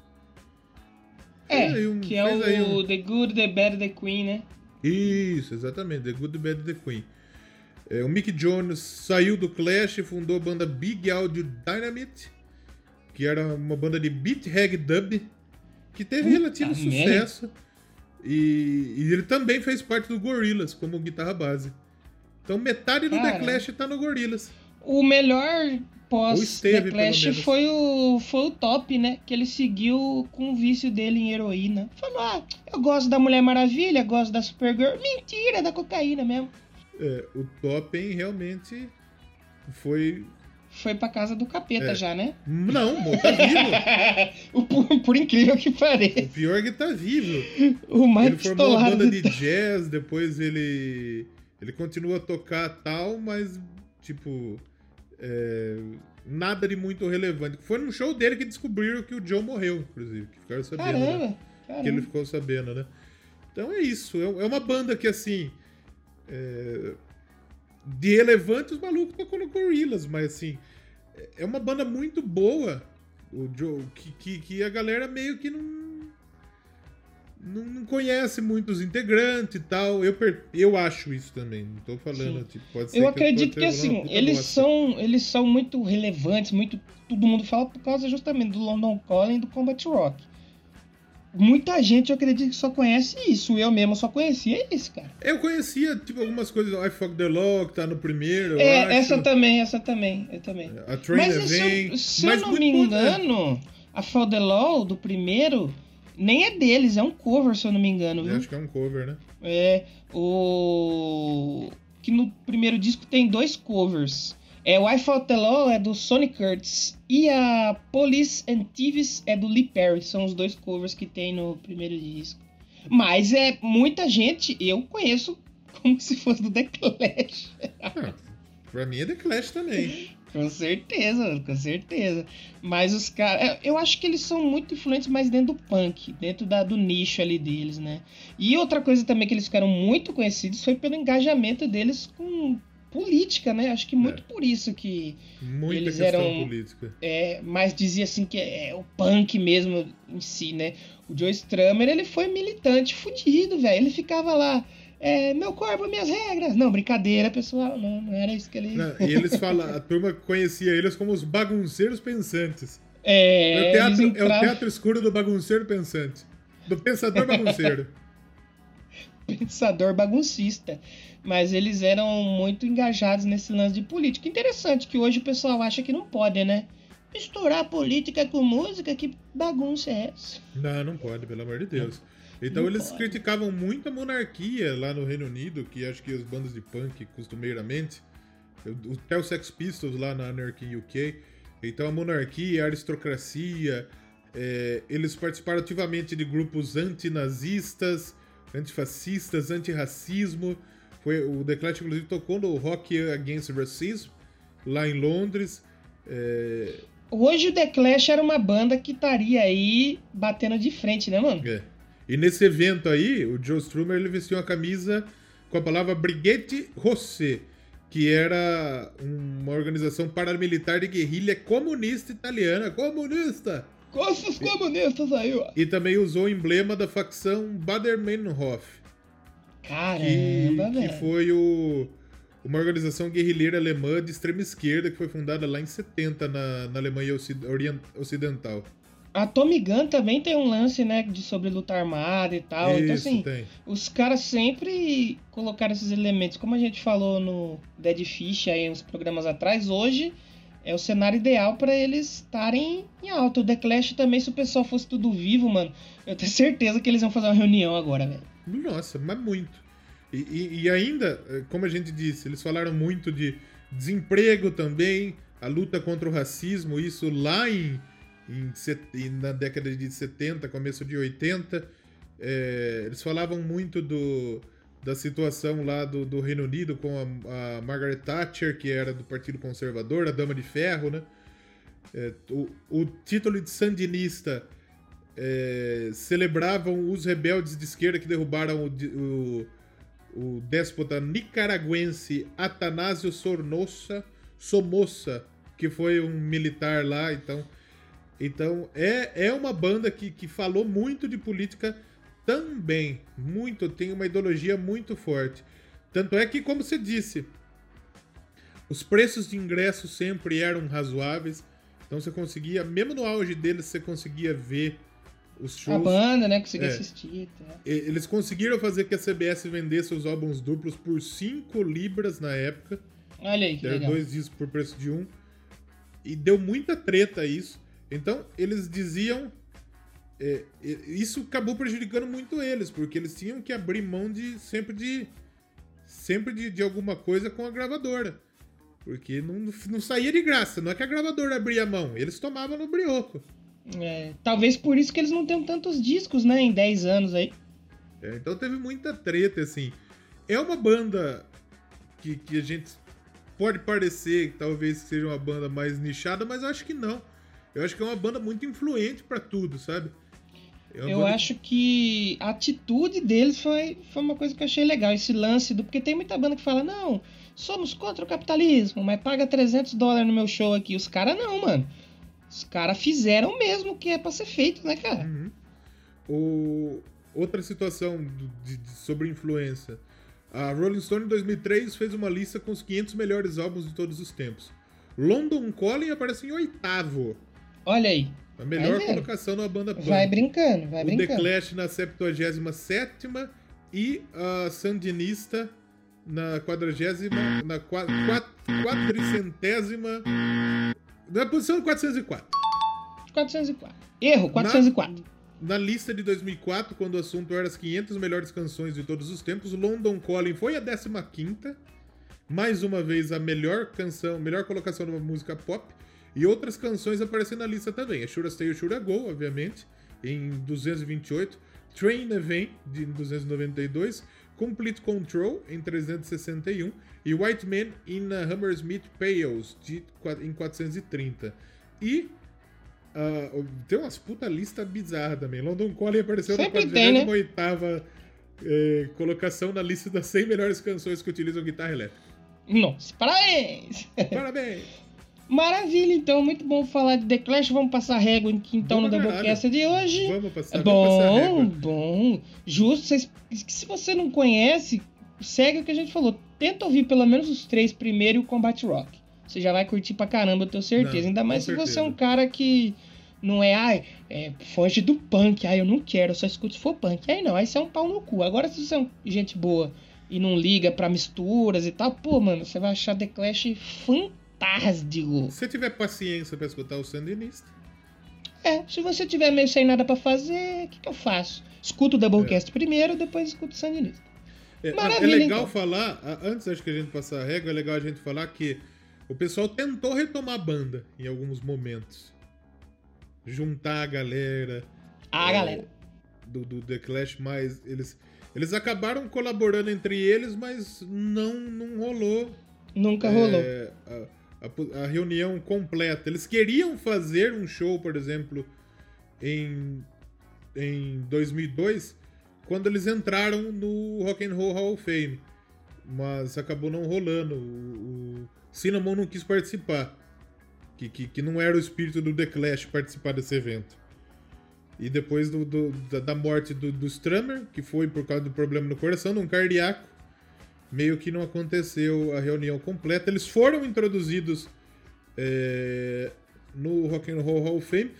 É, um, que é o um... The Good, The Bad, The Queen, né? Isso, exatamente, The Good, The Bad, The Queen. É, o Mick Jones saiu do Clash e fundou a banda Big Audio Dynamite, que era uma banda de beat reggae dub, que teve Puta relativo merda. sucesso. E, e ele também fez parte do Gorillaz como guitarra base. Então metade do Cara, The Clash tá no Gorillaz. O melhor Ou pós esteve, The Clash pelo menos. foi o, foi o Top, né? Que ele seguiu com o vício dele em heroína. Falou, ah, eu gosto da Mulher Maravilha, gosto da Supergirl. Mentira, é da cocaína mesmo. É, o Toppen realmente foi... Foi pra casa do capeta É. já, né? Não, mo, tá vivo. O- por, por incrível que O pareça. pior é que tá vivo. O mais Ele formou uma pistolado banda de de jazz, depois ele ele continua a tocar tal, mas tipo é, nada de muito relevante. Foi num show dele que descobriram que o Joe morreu, inclusive, que ficaram sabendo, Caramba, né? caramba. Que ele ficou sabendo, né? Então é isso, é é uma banda que assim é, de relevante os malucos tocam no Gorillaz, mas assim é uma banda muito boa, o Joe, que, que, que a galera meio que não Não, não conhece muito os integrantes e tal. Eu, per- eu acho isso também. Não tô falando, tipo, pode ser Eu que acredito tô que falando assim, uma puta eles bosta. são, eles são muito relevantes, muito. Todo mundo fala por causa justamente do London Calling e do Combat Rock. Muita gente, eu acredito que só conhece isso. Eu mesmo só conhecia isso, cara. Eu conhecia, tipo, algumas coisas. I Fuck the Law, que tá no primeiro. eu É, acho. essa também, essa também, eu também. A Train Mas se vem. eu, se mas eu não muito me bom, né? engano, a Fall the Law do primeiro nem é deles, é um cover, se eu não me engano, Eu viu? acho que é um cover, né? É, o... que no primeiro disco tem dois covers. É, o I Fought the Law é do Sonny Curtis e a Police and Thieves é do Lee Perry. São os dois covers que tem no primeiro disco. Mas é muita gente, eu conheço como se fosse do The Clash. Ah, pra mim é The Clash também. Com certeza, com certeza. Mas os caras... Eu acho que eles são muito influentes mais dentro do punk, dentro da, do nicho ali deles, né? E outra coisa também que eles ficaram muito conhecidos foi pelo engajamento deles com política, né? Acho que muito É. por isso que Muita eles questão eram... política. É, mas dizia assim que é o punk mesmo em si, né? O Joe Strummer, ele foi militante fudido, velho. Ele ficava lá... É, meu corpo, minhas regras. Não, brincadeira, pessoal. Não, não era isso que ele... Não, e eles falam, a turma conhecia eles como os bagunceiros pensantes. É, É o teatro, eles é o entravam- teatro escuro do bagunceiro pensante. Do pensador bagunceiro. pensador baguncista. Mas eles eram muito engajados nesse lance de política. Interessante que hoje o pessoal acha que não pode, né? Misturar política com música, que bagunça é essa? Não, não pode, pelo amor de Deus. Então não eles pode. criticavam muito a monarquia lá no Reino Unido, que acho que as bandas de punk, costumeiramente, até os Sex Pistols lá na Anarchy U K, então a monarquia, a aristocracia, é, eles participaram ativamente de grupos antinazistas, antifascistas, antirracismo. Foi, o The Clash, inclusive, tocou no Rock Against Racism, lá em Londres. É... Hoje o The Clash era uma banda que estaria aí batendo de frente, né, mano? É. E nesse evento aí, o Joe Strummer, ele vestiu uma camisa com a palavra Brigate Rosse, que era uma organização paramilitar de guerrilha comunista italiana. Comunista! Esses comunistas aí, ó. E também usou o emblema da facção Baader-Meinhof. Caramba, que, velho. Que foi o, uma organização guerrilheira alemã de extrema esquerda que foi fundada lá em setenta na, na Alemanha Ocidental. A Tommy Gun também tem um lance, né, de sobre luta armada e tal. Isso, então, assim, tem. Os caras sempre colocaram esses elementos. Como a gente falou no Dead Fish aí uns programas atrás, hoje é o cenário ideal pra eles estarem em alta. O The Clash também, se o pessoal fosse tudo vivo, mano, eu tenho certeza que eles vão fazer uma reunião agora, velho. Nossa, mas muito. E, e, e ainda, como a gente disse, eles falaram muito de desemprego também, a luta contra o racismo, isso lá em, em na década de setenta, começo de oitenta. É, eles falavam muito do, da situação lá do, do Reino Unido com a, a Margaret Thatcher, que era do Partido Conservador, a Dama de Ferro, né? É, o, o título de sandinista é, celebravam os rebeldes de esquerda que derrubaram o, o, o déspota nicaragüense Atanásio Somoza, Somoza, que foi um militar lá. Então, então é, é uma banda que, que falou muito de política também, muito, tem uma ideologia muito forte. Tanto é que, como você disse, os preços de ingresso sempre eram razoáveis. Então você conseguia, mesmo no auge deles, você conseguia ver os shows. A banda, né? Conseguia é. assistir. Tá? Eles conseguiram fazer que a C B S vendesse os álbuns duplos por cinco libras na época. Olha aí, que Era legal. dois discos por preço de um. E deu muita treta isso. Então, eles diziam... É, isso acabou prejudicando muito eles, porque eles tinham que abrir mão de sempre de... Sempre de, de alguma coisa com a gravadora. Porque não, não saía de graça. Não é que a gravadora abria a mão. Eles tomavam no brioco. É, talvez por isso que eles não tenham tantos discos, né? Em dez anos aí. É, então teve muita treta, assim. É uma banda que, que a gente pode parecer que talvez seja uma banda mais nichada, mas eu acho que não. Eu acho que é uma banda muito influente pra tudo, sabe? É eu banda... acho que a atitude deles foi, foi uma coisa que eu achei legal. Esse lance do... Porque tem muita banda que fala, não, somos contra o capitalismo, mas paga trezentos dólares no meu show aqui. Os caras não, mano. Os caras fizeram mesmo o que é pra ser feito, né, cara? Uhum. O... Outra situação de, de, sobre influência. A Rolling Stone, em dois mil e três, fez uma lista com os quinhentos melhores álbuns de todos os tempos. London Calling aparece em oitavo. Olha aí. A melhor colocação numa banda punk. Vai brincando, vai o brincando. The Clash na septuagésima sétima e a Sandinista na quadragésima... Na qua, quat, quatricentésima... Na posição quatrocentos e quatro. quatrocentos e quatro. Erro, quatrocentos e quatro. Na, na lista de dois mil e quatro, quando o assunto era as quinhentas melhores canções de todos os tempos, London Calling foi a décima quinta. Mais uma vez, a melhor canção, melhor colocação de uma música pop. E outras canções aparecem na lista também. A Should I Stay or Should I Go, obviamente, em duzentos e vinte e oito. Train Event, de duzentos e noventa e dois. Complete Control, em trezentos e sessenta e um. E White Man in Hammersmith Pales, de, em quatrocentos e trinta. E uh, tem umas puta lista bizarra também. London Calling apareceu Sempre na tem, né? quadragésima oitava eh, colocação na lista das cem melhores canções que utilizam guitarra elétrica. Nossa, parabéns! Parabéns! Maravilha, então, muito bom falar de The Clash. Vamos passar régua então Vamos no caralho. Doublecast de hoje. Vamos passar, é vamos passar bom, régua. bom. Justo, vocês, se você não conhece, segue o que a gente falou. Tenta ouvir pelo menos os três primeiro e o Combat Rock. Você já vai curtir pra caramba, eu tenho certeza. Não, Ainda mais com se certeza. você é um cara que Não é, ai, é, foge do punk, ai, eu não quero, eu só escuto se for punk. Aí não, aí você é um pau no cu. Agora, se você é gente boa e não liga pra misturas e tal, pô, mano, você vai achar The Clash fantástico. Se você tiver paciência pra escutar o Sandinista. É, se você tiver meio sem nada pra fazer, o que, que eu faço? Escuto o Doublecast é. primeiro, depois escuto o Sandinista. É, é legal então. falar, antes acho que a gente passar a régua, é legal a gente falar que o pessoal tentou retomar a banda em alguns momentos. Juntar a galera. A é, galera. Do, do The Clash, mas eles, eles acabaram colaborando entre eles, mas não, não rolou. Nunca é, rolou. A, a, a reunião completa. Eles queriam fazer um show, por exemplo, em, em dois mil e dois, quando eles entraram no Rock and Roll Hall of Fame. Mas acabou não rolando. O, o Cinnamon não quis participar. Que, que, que não era o espírito do The Clash participar desse evento. E depois do, do, da, da morte do, do Strummer, que foi por causa do problema no coração, de um cardíaco, meio que não aconteceu a reunião completa. Eles foram introduzidos é, no Rock and Roll Hall of Fame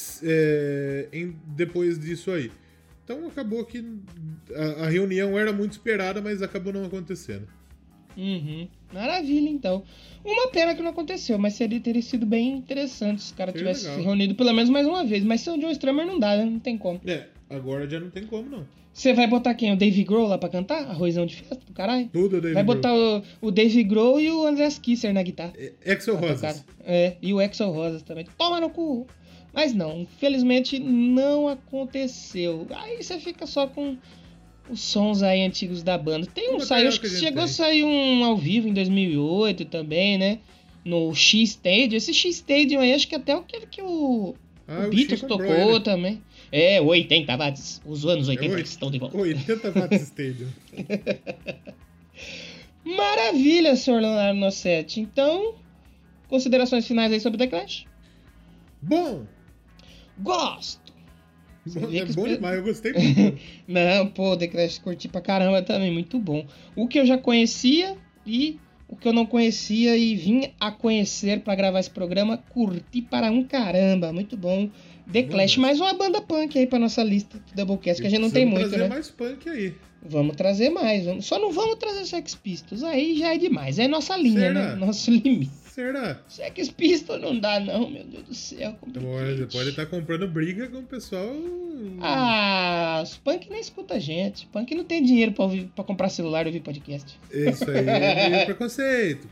é, em, depois disso aí. Então acabou que a, a reunião era muito esperada, mas acabou não acontecendo. Uhum. Maravilha, então. Uma pena que não aconteceu, mas seria, teria sido bem interessante se os caras tivessem se reunido pelo menos mais uma vez. Mas se o John Strummer não dá, né? Não tem como. É, agora já não tem como, não. Você vai botar quem? O Dave Grohl lá pra cantar? Arrozão de festa do caralho? Tudo, Dave Vai botar o, o Dave Grohl e o Andreas Kisser na guitarra. É, Axl Rosas. É, e o Axl Rosas também. Toma no cu! Mas não, infelizmente não aconteceu. Aí você fica só com os sons aí antigos da banda. Tem um, saiu, acho que, que chegou tem. a sair um ao vivo em dois mil e oito também, né? No X-Stadium. Esse X-Stadium aí, acho que até aquele que o, ah, o o Beatles Chico tocou Bryan, né? também. É, oitenta watts. Os anos oitenta é, que estão de volta. oitenta watts Stadium. Maravilha, senhor Leonardo Nossetti. Então, considerações finais aí sobre The Clash? Bom! Gosto! É bom demais, eu gostei muito. Não, pô, The Clash curti pra caramba também, muito bom. O que eu já conhecia e o que eu não conhecia e vim a conhecer pra gravar esse programa, curti para um caramba, muito bom. The Clash, mais uma banda punk aí pra nossa lista do Doublecast, que a gente não tem muito, né? Vamos trazer mais punk aí. Vamos trazer mais, vamos... só não vamos trazer Sex Pistols, aí já é demais, é nossa linha, Será? né? Nosso limite. Será? Sex Pistols não dá não, meu Deus do céu. Você pode estar comprando briga com o pessoal... Ah, os punk nem escuta a gente, punk não tem dinheiro pra, ouvir, pra comprar celular e ouvir podcast. Isso aí é preconceito.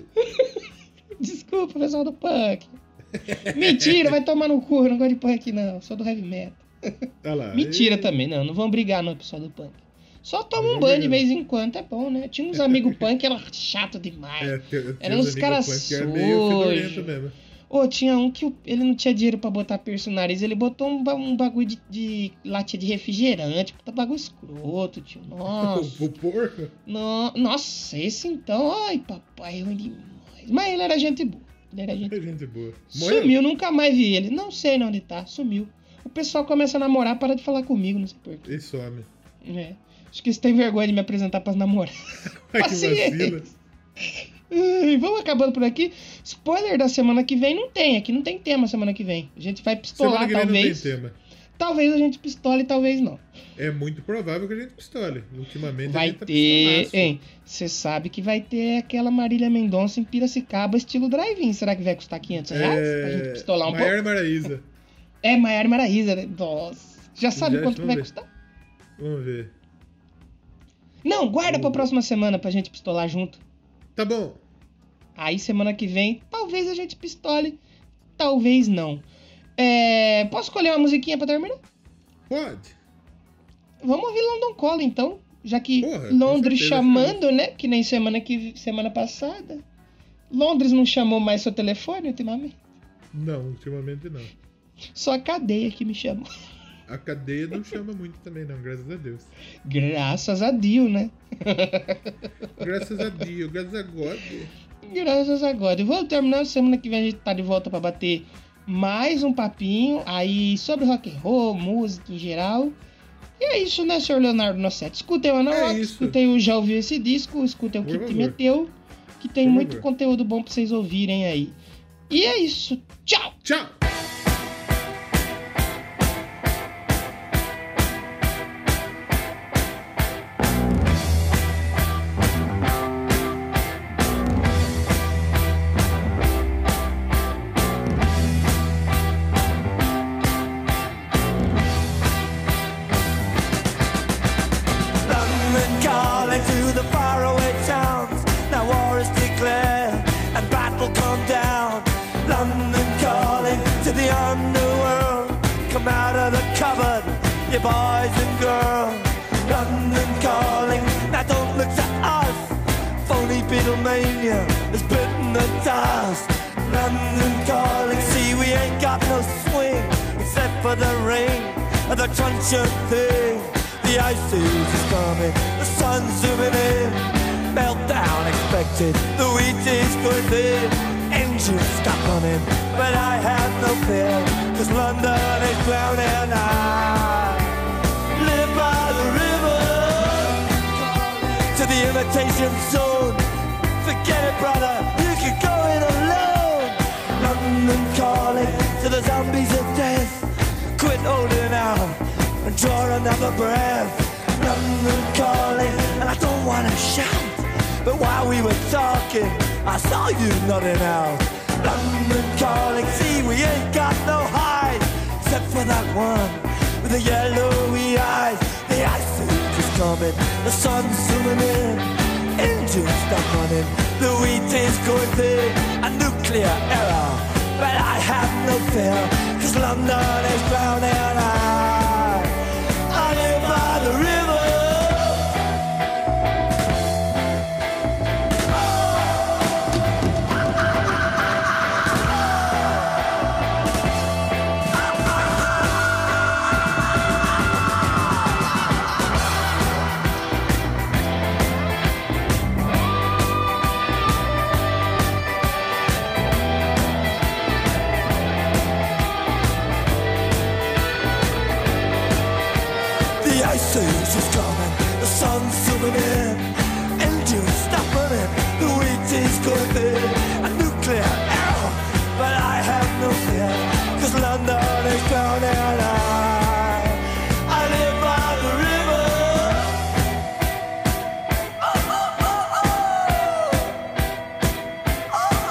Desculpa, pessoal do punk. Mentira, vai tomar no cu, eu não gosto de punk não, sou do heavy metal. Tá lá. Mentira e... também, não, não vamos brigar não, pessoal do punk. Só toma um banho de vez em quando, é bom, né? Tinha uns amigos punk, era chato demais. É, eram uns caras sujos. Ô, oh, tinha um que ele não tinha dinheiro pra botar piercing no nariz, ele botou um, um bagulho de, de latinha de refrigerante, puta bagulho escroto, tio. Nossa. O porco? No, nossa, esse então, ai papai, ruim demais. Mas ele era gente boa. Ele era gente, é gente boa. Sumiu, Morreu? Nunca mais vi ele. Não sei onde tá, sumiu. O pessoal começa a namorar, para de falar comigo, não sei porquê. E some. É. Acho que eles têm vergonha de me apresentar pras namoradas. Ai, que vacila. Ai, vamos acabando por aqui. Spoiler da semana que vem não tem. Aqui não tem tema semana que vem. A gente vai pistolar, semana que talvez. Vem não tem tema. Talvez a gente pistole, talvez não. É muito provável que a gente pistole. Ultimamente vai a gente tá ter, hein? Você sabe que vai ter aquela Marília Mendonça em Piracicaba, estilo drive-in. Será que vai custar quinhentos reais? É... Pra gente pistolar um Maiara pouco? Maraíza. É, Maiara Maraíza, né? Nossa. Já sabe Já, quanto que vai ver. custar? Vamos ver. Não, guarda pra próxima semana pra gente pistolar junto. Tá bom. Aí semana que vem, talvez a gente pistole, talvez não. É... Posso escolher uma musiquinha pra terminar? Pode. Vamos ouvir London Calling, então. Já que Porra, Londres chamando, né? Que nem semana, que... semana passada. Londres não chamou mais seu telefone ultimamente? Não, ultimamente não. Só a cadeia que me chamou. A cadeia não chama muito também, não, graças a Deus. Graças a Dio, né? Graças a Dio, graças a God. Graças a God. Vou terminar, semana que vem a gente tá de volta pra bater mais um papinho aí sobre rock and roll, música em geral. E é isso, né, senhor Leonardo Nossetti? Escutem o Anorock, é escutem o Já Ouviu Esse Disco, escutem o Que Te Meteu, que tem Por muito favor. conteúdo bom pra vocês ouvirem aí. E é isso. Tchau! Tchau! declare and battle come down. London calling to the underworld. Come out of the cupboard, you boys and girls. London calling, now don't look to us. Phony Beatlemania has bitten the dust. London calling, see we ain't got no swing except for the rain and the truncheon thing. The ice age is coming, the sun's zooming in. Meltdown expected, the wheat is good in. Engines stop running, but I have no fear, cause London is drowning. I live by the river, to the imitation zone. Forget it, brother, you can go it alone. London calling to the zombies of death. Quit holding out and draw another breath. London calling, and I don't wanna shout, but while we were talking, I saw you nodding out. London calling, see we ain't got no hide, except for that one with the yellowy eyes. The ice age is coming, the sun's zooming in. Engines stop running, the wheat is going big. A nuclear error, but I have no fear, cause London is drowning. I, I live by the river. The ice is coming, the sun's zooming in. Engines stop running, the wheat is going big. A nuclear error, but I have no fear, cause London is drowning. I, I live by the river. Oh, oh, oh, oh. Oh,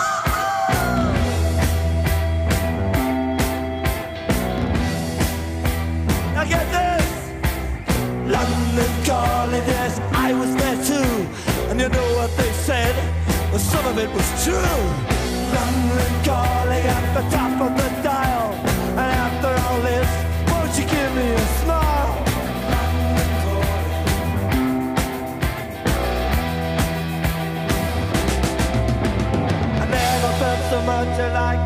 oh, oh. Now get this. London calling, yes, I was there too. And you know what they said? Well, some of it was true. London calling at the top of the dial. And after all this, won't you give me a smile? I never felt so much like